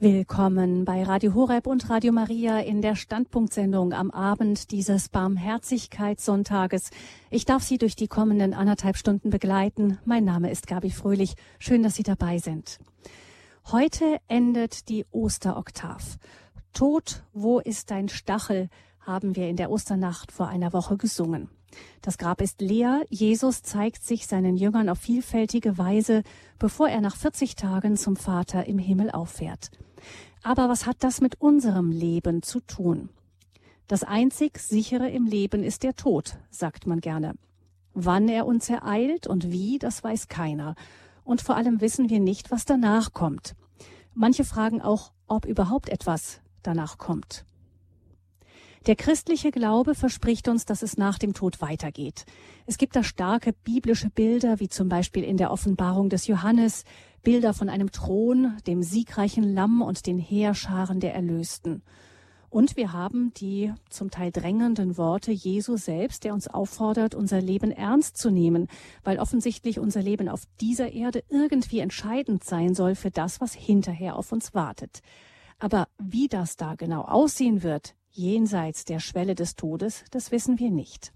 Willkommen bei Radio Horeb und Radio Maria in der Standpunktsendung am Abend dieses Barmherzigkeitssonntages. Ich darf Sie durch die kommenden 1,5 Stunden begleiten. Mein Name ist Gabi Fröhlich. Schön, dass Sie dabei sind. Heute endet die Osteroktav. Tod, wo ist dein Stachel, haben wir in der Osternacht vor einer Woche gesungen. Das Grab ist leer. Jesus zeigt sich seinen Jüngern auf vielfältige Weise, bevor er nach 40 Tagen zum Vater im Himmel auffährt. Aber was hat das mit unserem Leben zu tun? Das einzig Sichere im Leben ist der Tod, sagt man gerne. Wann er uns ereilt und wie, das weiß keiner. Und vor allem wissen wir nicht, was danach kommt. Manche fragen auch, ob überhaupt etwas danach kommt. Der christliche Glaube verspricht uns, dass es nach dem Tod weitergeht. Es gibt da starke biblische Bilder, wie zum Beispiel in der Offenbarung des Johannes, Bilder von einem Thron, dem siegreichen Lamm und den Heerscharen der Erlösten. Und wir haben die zum Teil drängenden Worte Jesu selbst, der uns auffordert, unser Leben ernst zu nehmen, weil offensichtlich unser Leben auf dieser Erde irgendwie entscheidend sein soll für das, was hinterher auf uns wartet. Aber wie das da genau aussehen wird, jenseits der Schwelle des Todes, das wissen wir nicht.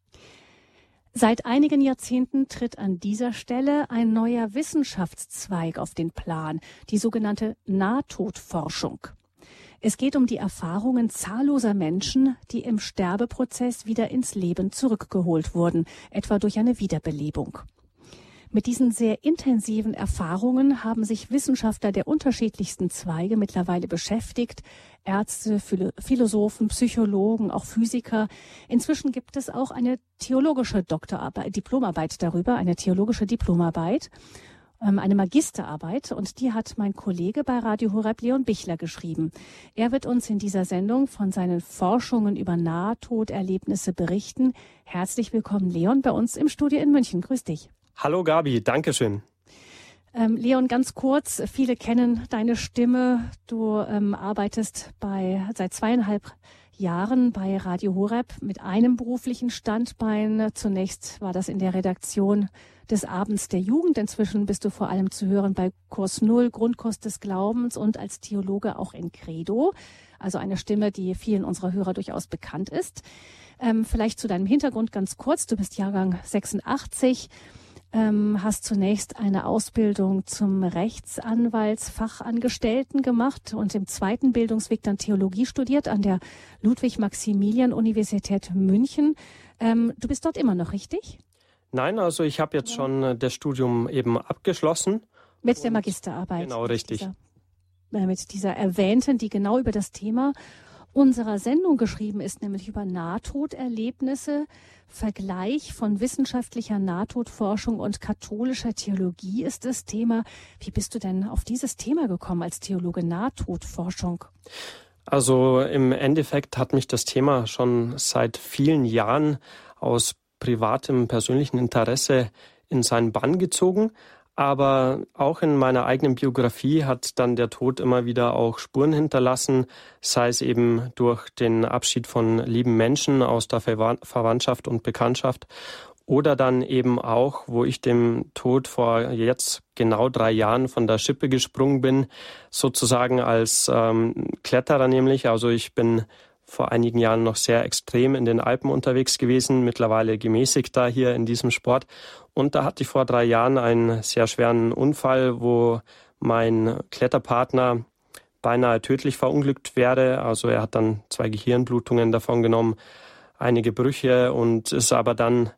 Seit einigen Jahrzehnten tritt an dieser Stelle ein neuer Wissenschaftszweig auf den Plan, die sogenannte Nahtodforschung. Es geht um die Erfahrungen zahlloser Menschen, die im Sterbeprozess wieder ins Leben zurückgeholt wurden, etwa durch eine Wiederbelebung. Mit diesen sehr intensiven Erfahrungen haben sich Wissenschaftler der unterschiedlichsten Zweige mittlerweile beschäftigt. Ärzte, Philosophen, Psychologen, auch Physiker. Inzwischen gibt es auch eine theologische Diplomarbeit darüber, eine theologische Diplomarbeit, eine Magisterarbeit. Und die hat mein Kollege bei Radio Horeb, Leon Bichler, geschrieben. Er wird uns in dieser Sendung von seinen Forschungen über Nahtoderlebnisse berichten. Herzlich willkommen, Leon, bei uns im Studio in München. Grüß dich. Hallo Gabi, danke schön. Leon, ganz kurz, viele kennen deine Stimme. Du arbeitest seit 2,5 Jahren bei Radio Horeb mit einem beruflichen Standbein. Zunächst war das in der Redaktion des Abends der Jugend. Inzwischen bist du vor allem zu hören bei Kurs Null, Grundkurs des Glaubens und als Theologe auch in Credo. Also eine Stimme, die vielen unserer Hörer durchaus bekannt ist. Vielleicht zu deinem Hintergrund ganz kurz. Du bist Jahrgang 86. Hast zunächst eine Ausbildung zum Rechtsanwaltsfachangestellten gemacht und im zweiten Bildungsweg dann Theologie studiert an der Ludwig-Maximilian-Universität München. Du bist dort immer noch, richtig? Nein, also ich habe jetzt schon das Studium eben abgeschlossen. Mit der Magisterarbeit. Genau, richtig. Mit dieser erwähnten, die genau über das Thema unserer Sendung geschrieben ist, nämlich über Nahtoderlebnisse. Vergleich von wissenschaftlicher Nahtodforschung und katholischer Theologie ist das Thema. Wie bist du denn auf dieses Thema gekommen als Theologe Nahtodforschung? Also im Endeffekt hat mich das Thema schon seit vielen Jahren aus privatem, persönlichen Interesse in seinen Bann gezogen. Aber auch in meiner eigenen Biografie hat dann der Tod immer wieder auch Spuren hinterlassen, sei es eben durch den Abschied von lieben Menschen aus der Verwandtschaft und Bekanntschaft oder dann eben auch, wo ich dem Tod vor jetzt genau 3 Jahren von der Schippe gesprungen bin, sozusagen als Kletterer nämlich. Also ich bin vor einigen Jahren noch sehr extrem in den Alpen unterwegs gewesen, mittlerweile gemäßigter hier in diesem Sport. Und da hatte ich vor 3 Jahren einen sehr schweren Unfall, wo mein Kletterpartner beinahe tödlich verunglückt wäre. Also er hat dann 2 Gehirnblutungen davon genommen, einige Brüche und ist aber dann,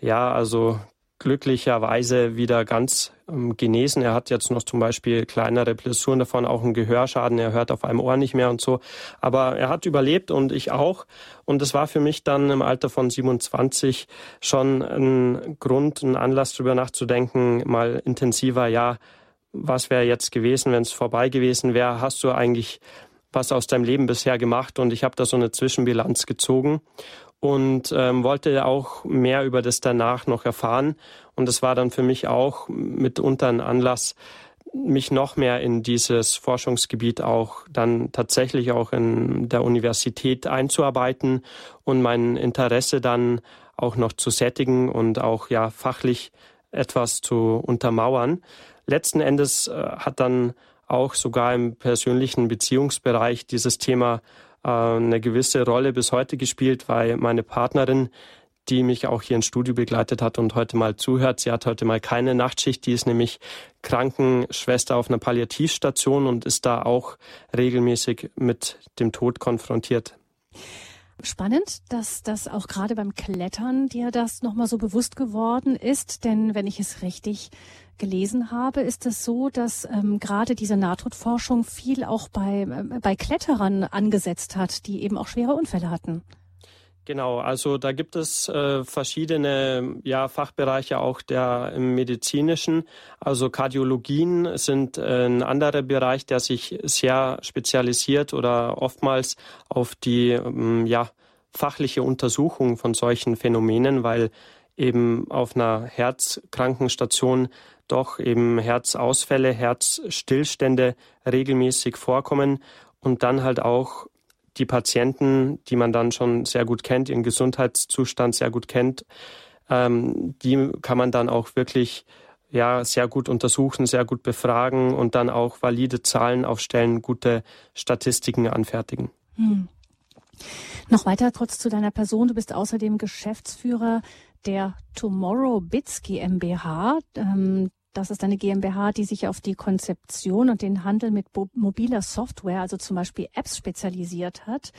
glücklicherweise wieder ganz genesen. Er hat jetzt noch zum Beispiel kleinere Blessuren davon, auch einen Gehörschaden. Er hört auf einem Ohr nicht mehr und so. Aber er hat überlebt und ich auch. Und es war für mich dann im Alter von 27 schon ein Grund, ein Anlass, darüber nachzudenken, mal intensiver, was wäre jetzt gewesen, wenn es vorbei gewesen wäre? Hast du eigentlich was aus deinem Leben bisher gemacht? Und ich habe da so eine Zwischenbilanz gezogen. Und wollte auch mehr über das danach noch erfahren. Und es war dann für mich auch mitunter ein Anlass, mich noch mehr in dieses Forschungsgebiet auch dann tatsächlich auch in der Universität einzuarbeiten und mein Interesse dann auch noch zu sättigen und auch fachlich etwas zu untermauern. Letzten Endes hat dann auch sogar im persönlichen Beziehungsbereich dieses Thema eine gewisse Rolle bis heute gespielt, weil meine Partnerin, die mich auch hier ins Studio begleitet hat und heute mal zuhört, sie hat heute mal keine Nachtschicht, die ist nämlich Krankenschwester auf einer Palliativstation und ist da auch regelmäßig mit dem Tod konfrontiert. Spannend, dass das auch gerade beim Klettern dir das nochmal so bewusst geworden ist, denn wenn ich es richtig gelesen habe, ist es so, dass gerade diese Nahtodforschung viel auch bei Kletterern angesetzt hat, die eben auch schwere Unfälle hatten. Genau, also da gibt es verschiedene Fachbereiche auch im medizinischen. Also Kardiologien sind ein anderer Bereich, der sich sehr spezialisiert oder oftmals auf die fachliche Untersuchung von solchen Phänomenen, weil eben auf einer Herzkrankenstation doch eben Herzausfälle, Herzstillstände regelmäßig vorkommen und dann halt auch die Patienten, die man dann schon sehr gut kennt, ihren Gesundheitszustand sehr gut kennt, die kann man dann auch wirklich sehr gut untersuchen, sehr gut befragen und dann auch valide Zahlen aufstellen, gute Statistiken anfertigen. Noch weiter kurz zu deiner Person. Du bist außerdem Geschäftsführer der Tomorrow Bits GmbH. Das ist eine GmbH, die sich auf die Konzeption und den Handel mit mobiler Software, also zum Beispiel Apps, spezialisiert hat.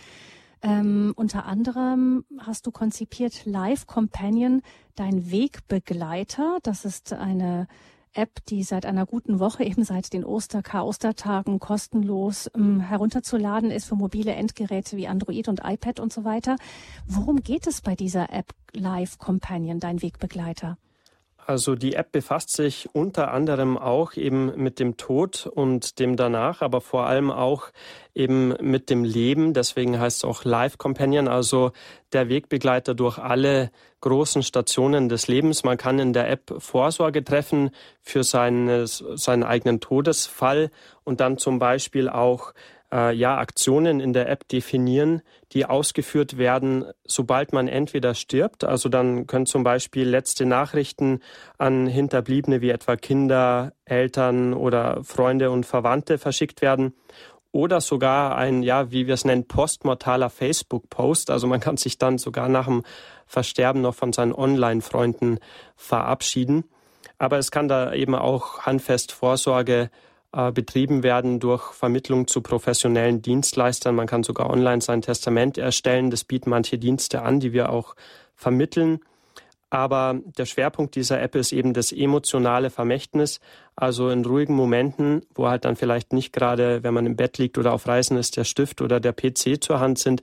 Unter anderem hast du konzipiert Life Companion, dein Wegbegleiter. Das ist eine App, die seit einer guten Woche, eben seit den Ostertagen kostenlos herunterzuladen ist für mobile Endgeräte wie Android und iPad und so weiter. Worum geht es bei dieser App Life Companion, dein Wegbegleiter? Also die App befasst sich unter anderem auch eben mit dem Tod und dem danach, aber vor allem auch eben mit dem Leben. Deswegen heißt es auch Life Companion, also der Wegbegleiter durch alle großen Stationen des Lebens. Man kann in der App Vorsorge treffen für seinen eigenen Todesfall und dann zum Beispiel auch Aktionen in der App definieren, die ausgeführt werden, sobald man entweder stirbt, also dann können zum Beispiel letzte Nachrichten an Hinterbliebene wie etwa Kinder, Eltern oder Freunde und Verwandte verschickt werden oder sogar ein, wie wir es nennen, postmortaler Facebook-Post, also man kann sich dann sogar nach dem Versterben noch von seinen Online-Freunden verabschieden. Aber es kann da eben auch handfest Vorsorge betrieben werden durch Vermittlung zu professionellen Dienstleistern. Man kann sogar online sein Testament erstellen. Das bieten manche Dienste an, die wir auch vermitteln. Aber der Schwerpunkt dieser App ist eben das emotionale Vermächtnis. Also in ruhigen Momenten, wo halt dann vielleicht nicht gerade, wenn man im Bett liegt oder auf Reisen ist, der Stift oder der PC zur Hand sind,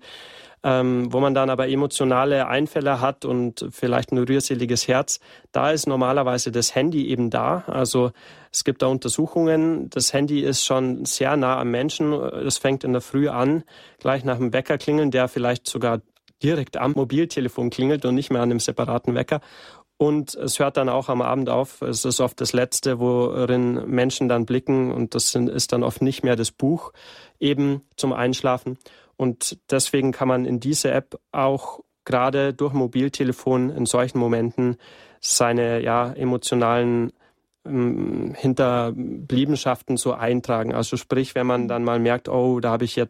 wo man dann aber emotionale Einfälle hat und vielleicht ein rührseliges Herz, da ist normalerweise das Handy eben da. Also es gibt da Untersuchungen, das Handy ist schon sehr nah am Menschen. Es fängt in der Früh an, gleich nach dem Wecker klingeln, der vielleicht sogar direkt am Mobiltelefon klingelt und nicht mehr an einem separaten Wecker. Und es hört dann auch am Abend auf. Es ist oft das Letzte, worin Menschen dann blicken und das ist dann oft nicht mehr das Buch eben zum Einschlafen. Und deswegen kann man in diese App auch gerade durch Mobiltelefon in solchen Momenten seine emotionalen Hinterbliebenschaften so eintragen. Also sprich, wenn man dann mal merkt, da habe ich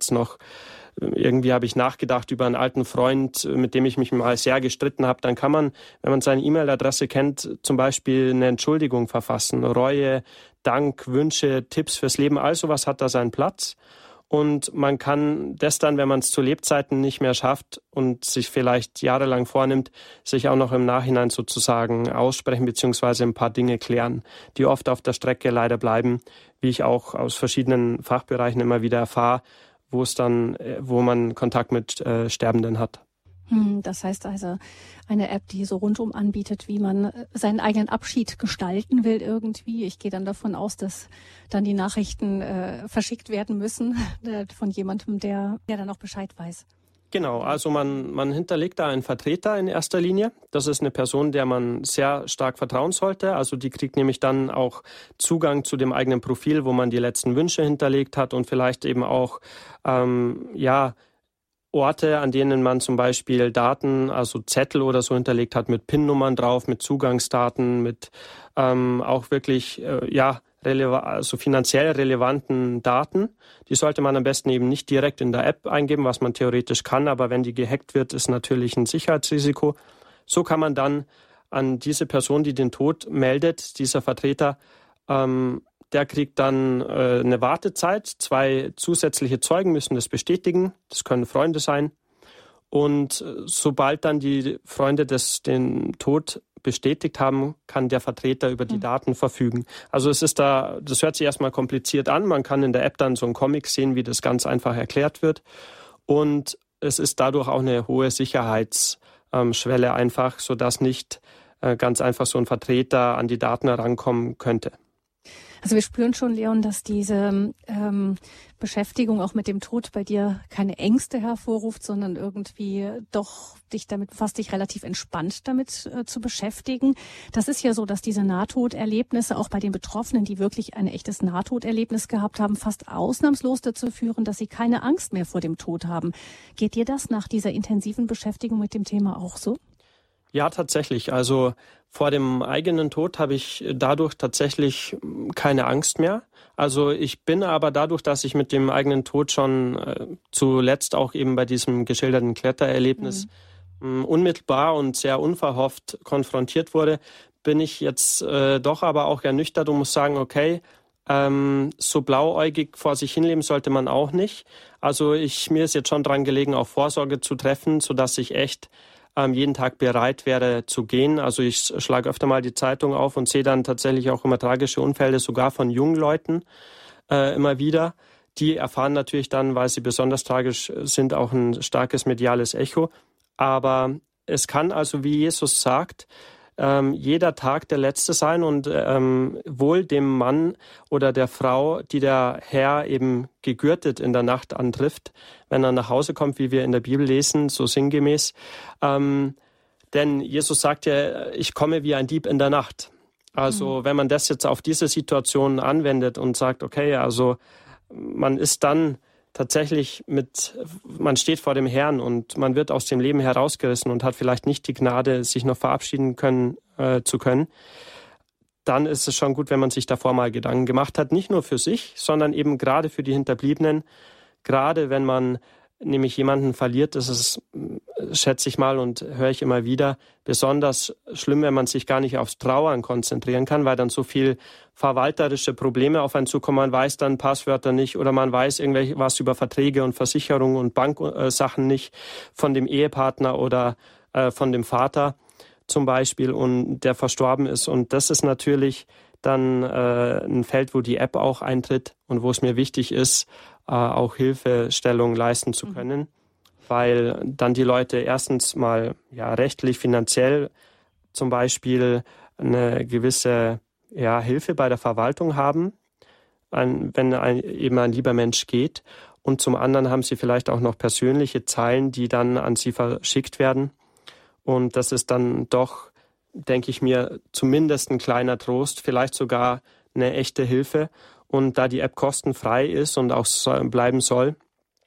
nachgedacht über einen alten Freund, mit dem ich mich mal sehr gestritten habe, dann kann man, wenn man seine E-Mail-Adresse kennt, zum Beispiel eine Entschuldigung verfassen. Reue, Dank, Wünsche, Tipps fürs Leben, all sowas hat da seinen Platz. Und man kann das dann, wenn man es zu Lebzeiten nicht mehr schafft und sich vielleicht jahrelang vornimmt, sich auch noch im Nachhinein sozusagen aussprechen bzw. ein paar Dinge klären, die oft auf der Strecke leider bleiben, wie ich auch aus verschiedenen Fachbereichen immer wieder erfahre, wo man Kontakt mit Sterbenden hat. Das heißt also eine App, die so rundum anbietet, wie man seinen eigenen Abschied gestalten will irgendwie. Ich gehe dann davon aus, dass dann die Nachrichten verschickt werden müssen von jemandem, der dann auch Bescheid weiß. Genau, also man hinterlegt da einen Vertreter in erster Linie. Das ist eine Person, der man sehr stark vertrauen sollte. Also die kriegt nämlich dann auch Zugang zu dem eigenen Profil, wo man die letzten Wünsche hinterlegt hat und vielleicht eben auch Orte, an denen man zum Beispiel Daten, also Zettel oder so hinterlegt hat mit PIN-Nummern drauf, mit Zugangsdaten, mit auch wirklich also finanziell relevanten Daten. Die sollte man am besten eben nicht direkt in der App eingeben, was man theoretisch kann, aber wenn die gehackt wird, ist natürlich ein Sicherheitsrisiko. So kann man dann an diese Person, die den Tod meldet, dieser Vertreter, der kriegt dann eine Wartezeit. 2 zusätzliche Zeugen müssen das bestätigen. Das können Freunde sein. Und sobald dann die Freunde den Tod bestätigt haben, kann der Vertreter über die Daten verfügen. Also das hört sich erstmal kompliziert an. Man kann in der App dann so einen Comic sehen, wie das ganz einfach erklärt wird. Und es ist dadurch auch eine hohe Sicherheitsschwelle einfach, sodass nicht ganz einfach so ein Vertreter an die Daten herankommen könnte. Also wir spüren schon, Leon, dass diese Beschäftigung auch mit dem Tod bei dir keine Ängste hervorruft, sondern irgendwie doch dich relativ entspannt damit zu beschäftigen. Das ist ja so, dass diese Nahtoderlebnisse auch bei den Betroffenen, die wirklich ein echtes Nahtoderlebnis gehabt haben, fast ausnahmslos dazu führen, dass sie keine Angst mehr vor dem Tod haben. Geht dir das nach dieser intensiven Beschäftigung mit dem Thema auch so? Ja, tatsächlich. Also vor dem eigenen Tod habe ich dadurch tatsächlich keine Angst mehr. Also ich bin aber dadurch, dass ich mit dem eigenen Tod schon zuletzt auch eben bei diesem geschilderten Klettererlebnis unmittelbar und sehr unverhofft konfrontiert wurde, bin ich jetzt doch aber auch ernüchtert und muss sagen, okay, so blauäugig vor sich hinleben sollte man auch nicht. Also mir ist jetzt schon dran gelegen, auch Vorsorge zu treffen, sodass ich echt jeden Tag bereit wäre zu gehen. Also ich schlage öfter mal die Zeitung auf und sehe dann tatsächlich auch immer tragische Unfälle, sogar von jungen Leuten immer wieder. Die erfahren natürlich dann, weil sie besonders tragisch sind, auch ein starkes mediales Echo. Aber es kann also, wie Jesus sagt, jeder Tag der letzte sein und wohl dem Mann oder der Frau, die der Herr eben gegürtet in der Nacht antrifft, wenn er nach Hause kommt, wie wir in der Bibel lesen, so sinngemäß. Denn Jesus sagt ja, ich komme wie ein Dieb in der Nacht. Also wenn man das jetzt auf diese Situation anwendet und sagt, okay, also man ist dann tatsächlich man steht vor dem Herrn und man wird aus dem Leben herausgerissen und hat vielleicht nicht die Gnade, sich noch verabschieden zu können, dann ist es schon gut, wenn man sich davor mal Gedanken gemacht hat, nicht nur für sich, sondern eben gerade für die Hinterbliebenen. Gerade wenn man nämlich jemanden verliert, ist es, schätze ich mal und höre ich immer wieder, besonders schlimm, wenn man sich gar nicht aufs Trauern konzentrieren kann, weil dann so viel verwalterische Probleme auf einen zukommen. Man weiß dann Passwörter nicht oder man weiß was über Verträge und Versicherungen und Banksachen nicht von dem Ehepartner oder von dem Vater zum Beispiel und der verstorben ist. Und das ist natürlich dann ein Feld, wo die App auch eintritt und wo es mir wichtig ist, auch Hilfestellung leisten zu können, weil dann die Leute erstens mal rechtlich, finanziell zum Beispiel eine gewisse Hilfe bei der Verwaltung haben, wenn eben ein lieber Mensch geht. Und zum anderen haben sie vielleicht auch noch persönliche Zeilen, die dann an sie verschickt werden. Und das ist dann doch, denke ich mir, zumindest ein kleiner Trost, vielleicht sogar eine echte Hilfe. Und da die App kostenfrei ist und auch bleiben soll,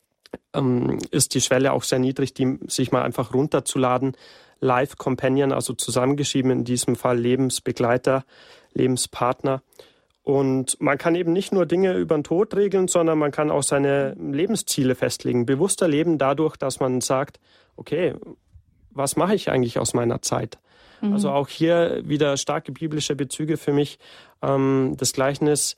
ist die Schwelle auch sehr niedrig, die sich mal einfach runterzuladen. Life Companion, also zusammengeschrieben, in diesem Fall Lebensbegleiter, Lebenspartner. Und man kann eben nicht nur Dinge über den Tod regeln, sondern man kann auch seine Lebensziele festlegen. Bewusster leben dadurch, dass man sagt, okay, was mache ich eigentlich aus meiner Zeit? Also auch hier wieder starke biblische Bezüge für mich. Das Gleichnis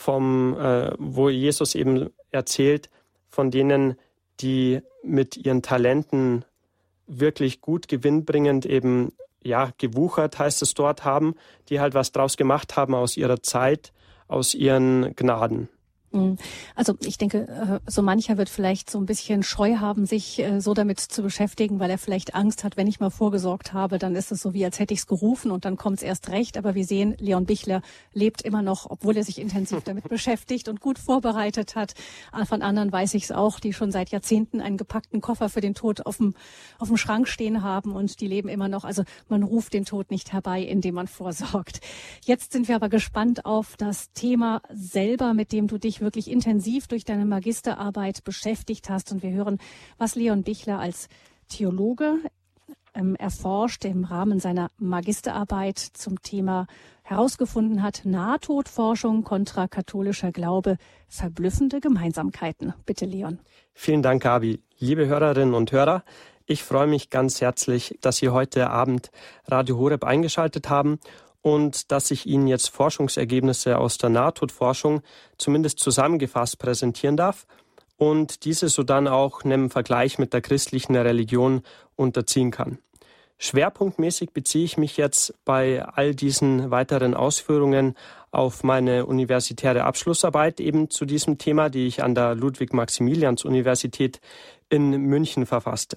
wo Jesus eben erzählt von denen, die mit ihren Talenten wirklich gut gewinnbringend eben, gewuchert heißt es dort haben, die halt was draus gemacht haben aus ihrer Zeit, aus ihren Gnaden. Also ich denke, so mancher wird vielleicht so ein bisschen Scheu haben, sich so damit zu beschäftigen, weil er vielleicht Angst hat, wenn ich mal vorgesorgt habe, dann ist es so, wie als hätte ich es gerufen und dann kommt es erst recht. Aber wir sehen, Leon Bichler lebt immer noch, obwohl er sich intensiv damit beschäftigt und gut vorbereitet hat. Von anderen weiß ich es auch, die schon seit Jahrzehnten einen gepackten Koffer für den Tod auf dem Schrank stehen haben und die leben immer noch. Also man ruft den Tod nicht herbei, indem man vorsorgt. Jetzt sind wir aber gespannt auf das Thema selber, mit dem du dich wirklich intensiv durch deine Magisterarbeit beschäftigt hast. Und wir hören, was Leon Bichler als Theologe erforscht im Rahmen seiner Magisterarbeit zum Thema herausgefunden hat, Nahtodforschung kontra katholischer Glaube, verblüffende Gemeinsamkeiten. Bitte, Leon. Vielen Dank, Gabi. Liebe Hörerinnen und Hörer, ich freue mich ganz herzlich, dass Sie heute Abend Radio Horeb eingeschaltet haben und dass ich Ihnen jetzt Forschungsergebnisse aus der Nahtodforschung zumindest zusammengefasst präsentieren darf und diese so dann auch einem Vergleich mit der christlichen Religion unterziehen kann. Schwerpunktmäßig beziehe ich mich jetzt bei all diesen weiteren Ausführungen auf meine universitäre Abschlussarbeit eben zu diesem Thema, die ich an der Ludwig-Maximilians-Universität in München verfasste.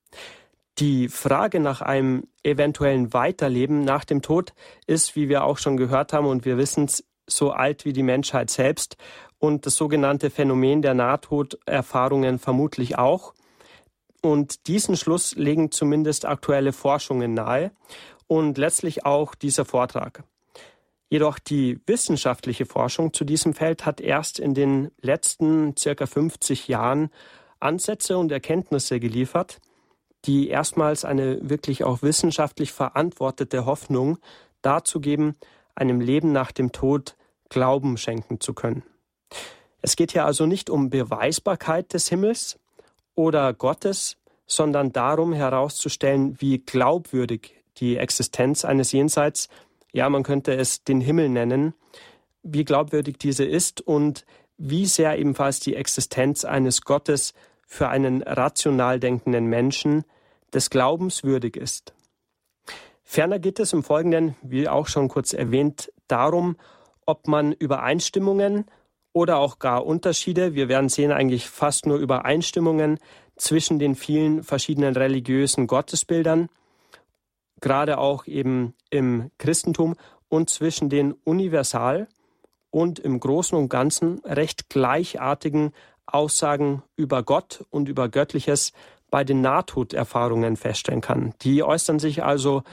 Die Frage nach einem eventuellen Weiterleben nach dem Tod ist, wie wir auch schon gehört haben und wir wissen es, so alt wie die Menschheit selbst und das sogenannte Phänomen der Nahtoderfahrungen vermutlich auch. Und diesen Schluss legen zumindest aktuelle Forschungen nahe und letztlich auch dieser Vortrag. Jedoch die wissenschaftliche Forschung zu diesem Feld hat erst in den letzten circa 50 Jahren Ansätze und Erkenntnisse geliefert, die erstmals eine wirklich auch wissenschaftlich verantwortete Hoffnung dazu geben, einem Leben nach dem Tod Glauben schenken zu können. Es geht hier also nicht um Beweisbarkeit des Himmels oder Gottes, sondern darum herauszustellen, wie glaubwürdig die Existenz eines Jenseits, ja, man könnte es den Himmel nennen, wie glaubwürdig diese ist und wie sehr ebenfalls die Existenz eines Gottes für einen rational denkenden Menschen des Glaubens würdig ist. Ferner geht es im Folgenden, wie auch schon kurz erwähnt, darum, ob man Übereinstimmungen oder auch gar Unterschiede, wir werden sehen eigentlich fast nur Übereinstimmungen zwischen den vielen verschiedenen religiösen Gottesbildern, gerade auch eben im Christentum und zwischen den universal und im Großen und Ganzen recht gleichartigen Aussagen über Gott und über Göttliches bei den Nahtoderfahrungen feststellen kann. Die äußern sich also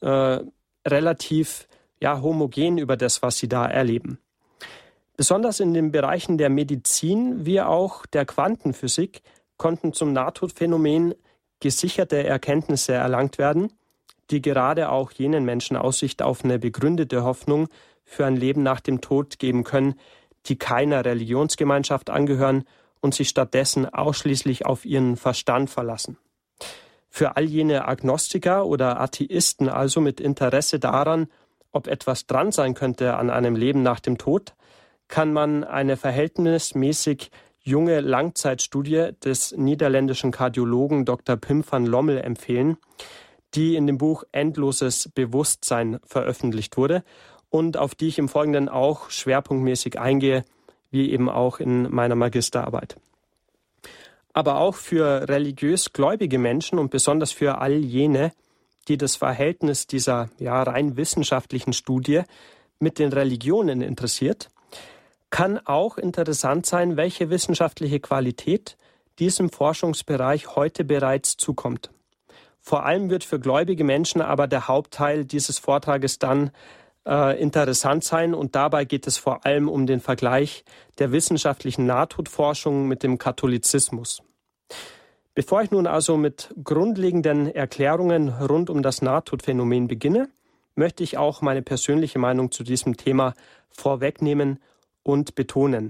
relativ homogen über das, was sie da erleben. Besonders in den Bereichen der Medizin wie auch der Quantenphysik konnten zum Nahtodphänomen gesicherte Erkenntnisse erlangt werden, die gerade auch jenen Menschen Aussicht auf eine begründete Hoffnung für ein Leben nach dem Tod geben können, die keiner Religionsgemeinschaft angehören und sich stattdessen ausschließlich auf ihren Verstand verlassen. Für all jene Agnostiker oder Atheisten also mit Interesse daran, ob etwas dran sein könnte an einem Leben nach dem Tod, kann man eine verhältnismäßig junge Langzeitstudie des niederländischen Kardiologen Dr. Pim van Lommel empfehlen, die in dem Buch Endloses Bewusstsein veröffentlicht wurde und auf die ich im Folgenden auch schwerpunktmäßig eingehe, wie eben auch in meiner Magisterarbeit. Aber auch für religiös gläubige Menschen und besonders für all jene, die das Verhältnis dieser rein wissenschaftlichen Studie mit den Religionen interessiert, kann auch interessant sein, welche wissenschaftliche Qualität diesem Forschungsbereich heute bereits zukommt. Vor allem wird für gläubige Menschen aber der Hauptteil dieses Vortrages dann interessant sein und dabei geht es vor allem um den Vergleich der wissenschaftlichen Nahtodforschung mit dem Katholizismus. Bevor ich nun also mit grundlegenden Erklärungen rund um das Nahtodphänomen beginne, möchte ich auch meine persönliche Meinung zu diesem Thema vorwegnehmen und betonen.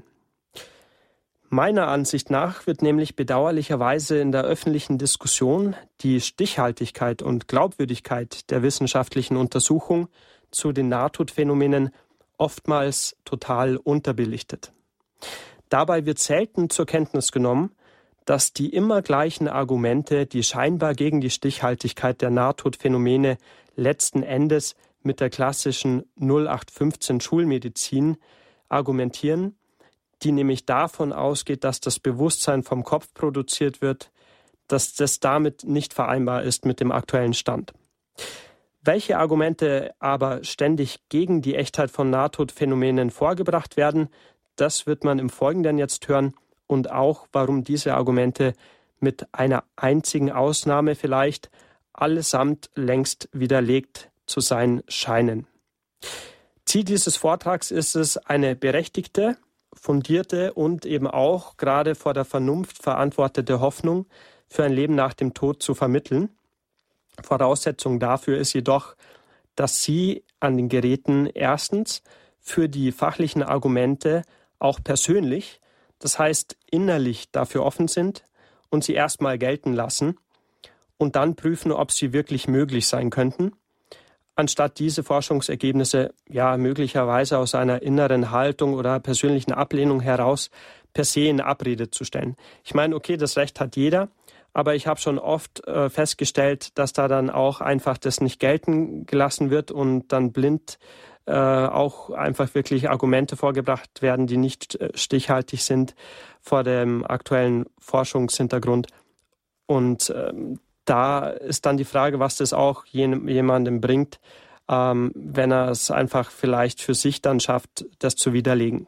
Meiner Ansicht nach wird nämlich bedauerlicherweise in der öffentlichen Diskussion die Stichhaltigkeit und Glaubwürdigkeit der wissenschaftlichen Untersuchung zu den Nahtodphänomenen oftmals total unterbelichtet. Dabei wird selten zur Kenntnis genommen, dass die immer gleichen Argumente, die scheinbar gegen die Stichhaltigkeit der Nahtodphänomene letzten Endes mit der klassischen 0815 Schulmedizin argumentieren, die nämlich davon ausgeht, dass das Bewusstsein vom Kopf produziert wird, dass das damit nicht vereinbar ist mit dem aktuellen Stand. Welche Argumente aber ständig gegen die Echtheit von Nahtodphänomenen vorgebracht werden, das wird man im Folgenden jetzt hören und auch, warum diese Argumente mit einer einzigen Ausnahme vielleicht allesamt längst widerlegt zu sein scheinen. Ziel dieses Vortrags ist es, eine berechtigte, fundierte und eben auch gerade vor der Vernunft verantwortete Hoffnung für ein Leben nach dem Tod zu vermitteln. Voraussetzung dafür ist jedoch, dass Sie an den Geräten erstens für die fachlichen Argumente auch persönlich, das heißt innerlich dafür offen sind und sie erstmal gelten lassen und dann prüfen, ob sie wirklich möglich sein könnten, anstatt diese Forschungsergebnisse möglicherweise aus einer inneren Haltung oder persönlichen Ablehnung heraus per se in Abrede zu stellen. Ich meine, okay, das Recht hat jeder, aber ich habe schon oft festgestellt, dass da dann auch einfach das nicht gelten gelassen wird und dann blind auch einfach wirklich Argumente vorgebracht werden, die nicht stichhaltig sind vor dem aktuellen Forschungshintergrund. Und da ist dann die Frage, was das auch jemandem bringt, wenn er es einfach vielleicht für sich dann schafft, das zu widerlegen.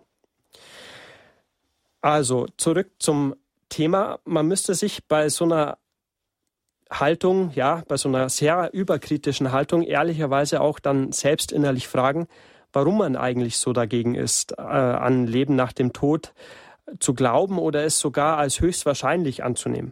Also zurück zum Thema. Man müsste sich bei so einer Haltung, bei so einer sehr überkritischen Haltung ehrlicherweise auch dann selbst innerlich fragen, warum man eigentlich so dagegen ist, an Leben nach dem Tod zu glauben oder es sogar als höchstwahrscheinlich anzunehmen.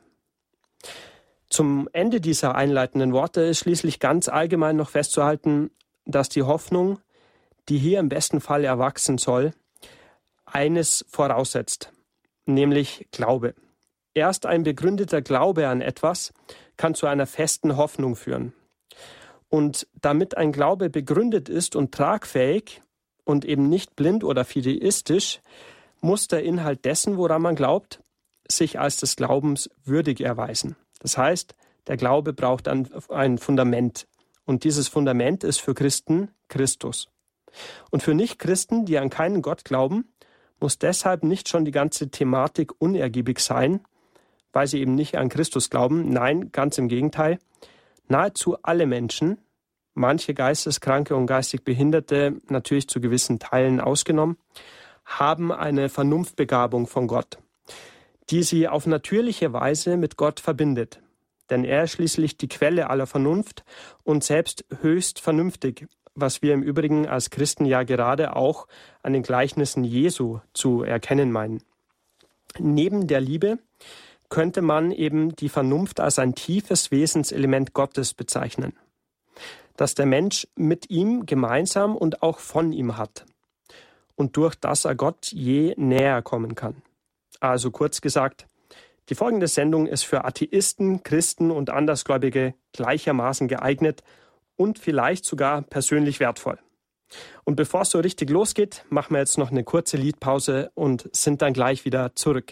Zum Ende dieser einleitenden Worte ist schließlich ganz allgemein noch festzuhalten, dass die Hoffnung, die hier im besten Fall erwachsen soll, eines voraussetzt, nämlich Glaube. Erst ein begründeter Glaube an etwas kann zu einer festen Hoffnung führen. Und damit ein Glaube begründet ist und tragfähig und eben nicht blind oder fideistisch, muss der Inhalt dessen, woran man glaubt, sich als des Glaubens würdig erweisen. Das heißt, der Glaube braucht ein Fundament. Und dieses Fundament ist für Christen Christus. Und für Nichtchristen, die an keinen Gott glauben, muss deshalb nicht schon die ganze Thematik unergiebig sein, weil sie eben nicht an Christus glauben. Nein, ganz im Gegenteil. Nahezu alle Menschen, manche Geisteskranke und geistig Behinderte, natürlich zu gewissen Teilen ausgenommen, haben eine Vernunftbegabung von Gott, die sie auf natürliche Weise mit Gott verbindet. Denn er ist schließlich die Quelle aller Vernunft und selbst höchst vernünftig, was wir im Übrigen als Christen ja gerade auch an den Gleichnissen Jesu zu erkennen meinen. Neben der Liebe könnte man eben die Vernunft als ein tiefes Wesenselement Gottes bezeichnen, das der Mensch mit ihm gemeinsam und auch von ihm hat und durch das er Gott je näher kommen kann. Also kurz gesagt, die folgende Sendung ist für Atheisten, Christen und Andersgläubige gleichermaßen geeignet und vielleicht sogar persönlich wertvoll. Und bevor es so richtig losgeht, machen wir jetzt noch eine kurze Liedpause und sind dann gleich wieder zurück.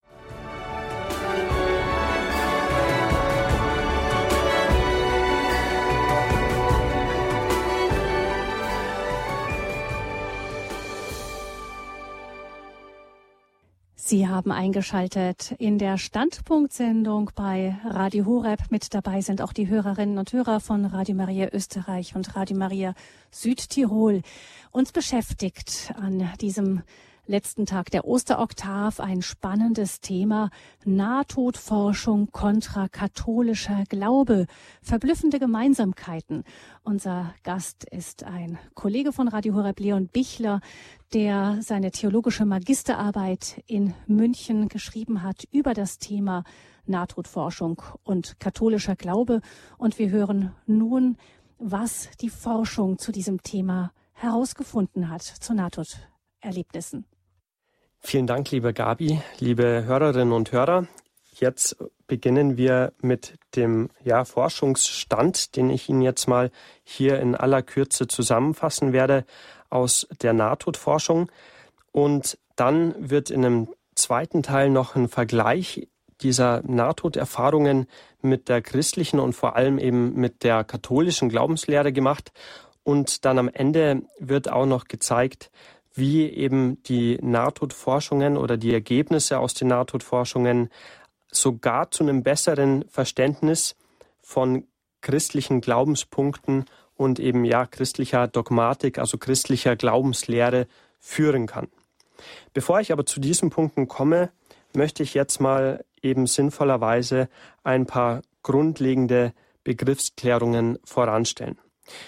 Sie haben eingeschaltet in der Standpunktsendung bei Radio Horeb. Mit dabei sind auch die Hörerinnen und Hörer von Radio Maria Österreich und Radio Maria Südtirol. Uns beschäftigt an diesem letzten Tag der Osteroktav ein spannendes Thema: Nahtodforschung kontra katholischer Glaube. Verblüffende Gemeinsamkeiten. Unser Gast ist ein Kollege von Radio Horeb, Leon Bichler, der seine theologische Magisterarbeit in München geschrieben hat über das Thema Nahtodforschung und katholischer Glaube. Und wir hören nun, was die Forschung zu diesem Thema herausgefunden hat, zu Nahtoderlebnissen. Vielen Dank, liebe Gabi, liebe Hörerinnen und Hörer. Jetzt beginnen wir mit dem Forschungsstand, den ich Ihnen jetzt mal hier in aller Kürze zusammenfassen werde aus der Nahtodforschung. Und dann wird in einem zweiten Teil noch ein Vergleich dieser Nahtoderfahrungen mit der christlichen und vor allem eben mit der katholischen Glaubenslehre gemacht. Und dann am Ende wird auch noch gezeigt, wie eben die Nahtodforschungen oder die Ergebnisse aus den Nahtodforschungen sogar zu einem besseren Verständnis von christlichen Glaubenspunkten und eben christlicher Dogmatik, also christlicher Glaubenslehre führen kann. Bevor ich aber zu diesen Punkten komme, möchte ich jetzt mal eben sinnvollerweise ein paar grundlegende Begriffsklärungen voranstellen.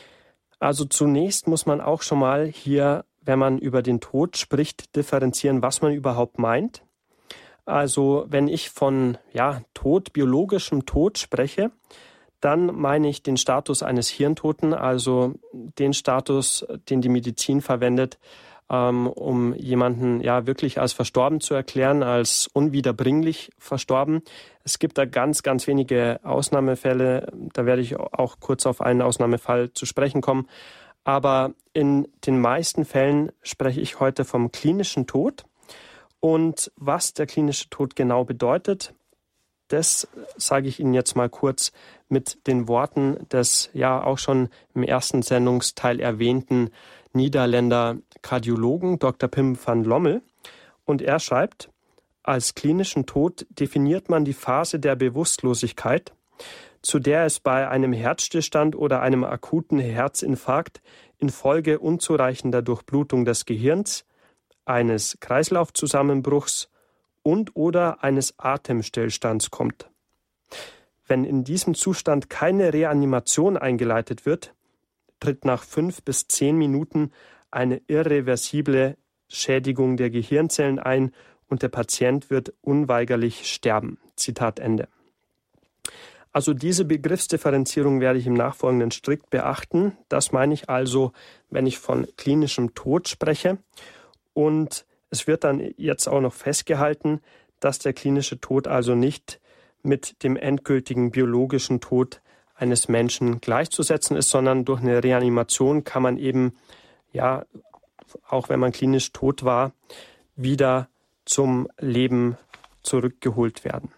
Also zunächst muss man auch schon mal hier, wenn man über den Tod spricht, differenzieren, was man überhaupt meint. Also wenn ich von Tod, biologischem Tod spreche, Dann meine ich den Status eines Hirntoten, also den Status, den die Medizin verwendet, um jemanden wirklich als verstorben zu erklären, als unwiederbringlich verstorben. Es gibt da ganz, ganz wenige Ausnahmefälle. Da werde ich auch kurz auf einen Ausnahmefall zu sprechen kommen. Aber in den meisten Fällen spreche ich heute vom klinischen Tod. Und was der klinische Tod genau bedeutet, das sage ich Ihnen jetzt mal kurz mit den Worten des auch schon im ersten Sendungsteil erwähnten Niederländer Kardiologen Dr. Pim van Lommel. Und er schreibt, als klinischen Tod definiert man die Phase der Bewusstlosigkeit, zu der es bei einem Herzstillstand oder einem akuten Herzinfarkt infolge unzureichender Durchblutung des Gehirns, eines Kreislaufzusammenbruchs und/oder eines Atemstillstands kommt. Wenn in diesem Zustand keine Reanimation eingeleitet wird, tritt nach 5 bis 10 Minuten eine irreversible Schädigung der Gehirnzellen ein und der Patient wird unweigerlich sterben. Zitat Ende. Also diese Begriffsdifferenzierung werde ich im Nachfolgenden strikt beachten. Das meine ich also, wenn ich von klinischem Tod spreche. Und es wird dann jetzt auch noch festgehalten, dass der klinische Tod also nicht mit dem endgültigen biologischen Tod eines Menschen gleichzusetzen ist, sondern durch eine Reanimation kann man eben, auch wenn man klinisch tot war, wieder zum Leben zurückgeholt werden.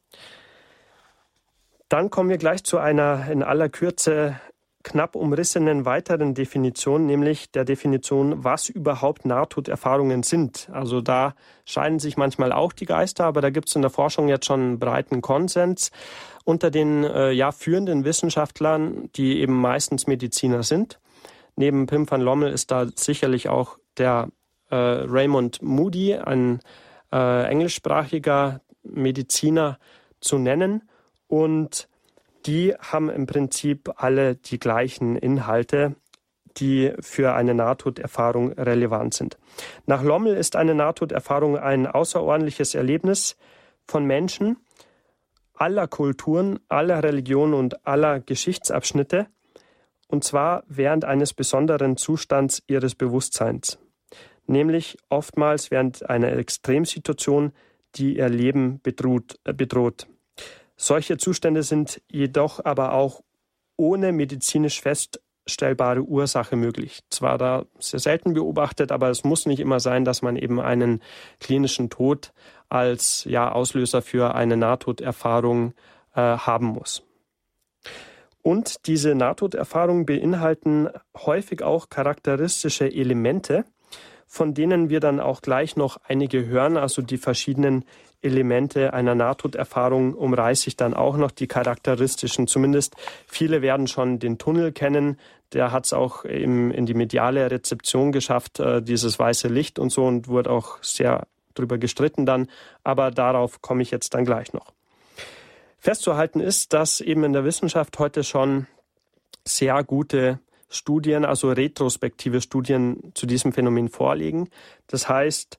Dann kommen wir gleich zu einer in aller Kürze knapp umrissenen weiteren Definition, nämlich der Definition, was überhaupt Nahtoderfahrungen sind. Also da scheiden sich manchmal auch die Geister, aber da gibt es in der Forschung jetzt schon einen breiten Konsens unter den führenden Wissenschaftlern, die eben meistens Mediziner sind. Neben Pim van Lommel ist da sicherlich auch der Raymond Moody, ein englischsprachiger Mediziner, zu nennen. Und die haben im Prinzip alle die gleichen Inhalte, die für eine Nahtoderfahrung relevant sind. Nach Lommel ist eine Nahtoderfahrung ein außerordentliches Erlebnis von Menschen aller Kulturen, aller Religionen und aller Geschichtsabschnitte, und zwar während eines besonderen Zustands ihres Bewusstseins, nämlich oftmals während einer Extremsituation, die ihr Leben bedroht. Solche Zustände sind jedoch aber auch ohne medizinisch feststellbare Ursache möglich. Zwar da sehr selten beobachtet, aber es muss nicht immer sein, dass man eben einen klinischen Tod als Auslöser für eine Nahtoderfahrung haben muss. Und diese Nahtoderfahrungen beinhalten häufig auch charakteristische Elemente, von denen wir dann auch gleich noch einige hören, also die verschiedenen Elemente einer Nahtoderfahrung umreiße ich dann auch noch, die charakteristischen. Zumindest viele werden schon den Tunnel kennen. Der hat es auch in die mediale Rezeption geschafft, dieses weiße Licht und so, und wurde auch sehr drüber gestritten dann. Aber darauf komme ich jetzt dann gleich noch. Festzuhalten ist, dass eben in der Wissenschaft heute schon sehr gute Studien, also retrospektive Studien zu diesem Phänomen vorliegen. Das heißt,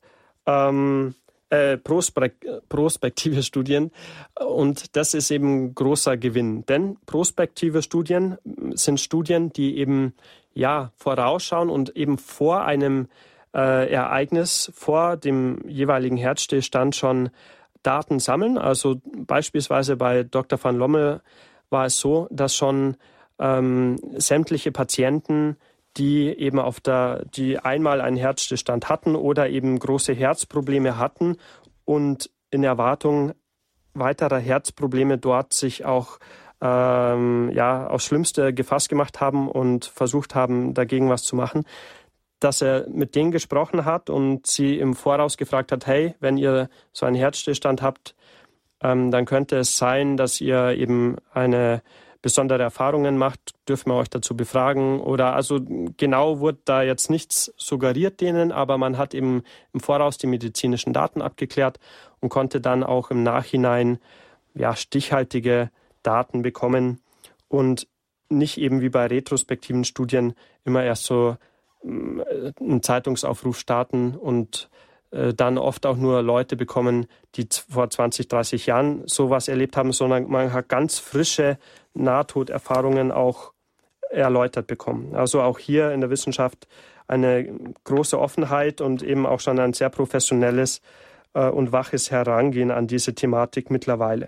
prospektive Studien, und das ist eben großer Gewinn. Denn prospektive Studien sind Studien, die eben vorausschauen und eben vor einem Ereignis, vor dem jeweiligen Herzstillstand schon Daten sammeln. Also beispielsweise bei Dr. van Lommel war es so, dass schon sämtliche Patienten, die eben die einmal einen Herzstillstand hatten oder eben große Herzprobleme hatten und in Erwartung weiterer Herzprobleme dort sich auch aufs Schlimmste gefasst gemacht haben und versucht haben, dagegen was zu machen, dass er mit denen gesprochen hat und sie im Voraus gefragt hat, hey, wenn ihr so einen Herzstillstand habt, dann könnte es sein, dass ihr eben eine besondere Erfahrungen macht, dürfen wir euch dazu befragen. Oder also genau wurde da jetzt nichts suggeriert denen, aber man hat eben im Voraus die medizinischen Daten abgeklärt und konnte dann auch im Nachhinein stichhaltige Daten bekommen und nicht eben wie bei retrospektiven Studien immer erst so einen Zeitungsaufruf starten und dann oft auch nur Leute bekommen, die vor 20, 30 Jahren sowas erlebt haben, sondern man hat ganz frische Nahtoderfahrungen auch erläutert bekommen. Also auch hier in der Wissenschaft eine große Offenheit und eben auch schon ein sehr professionelles und waches Herangehen an diese Thematik mittlerweile.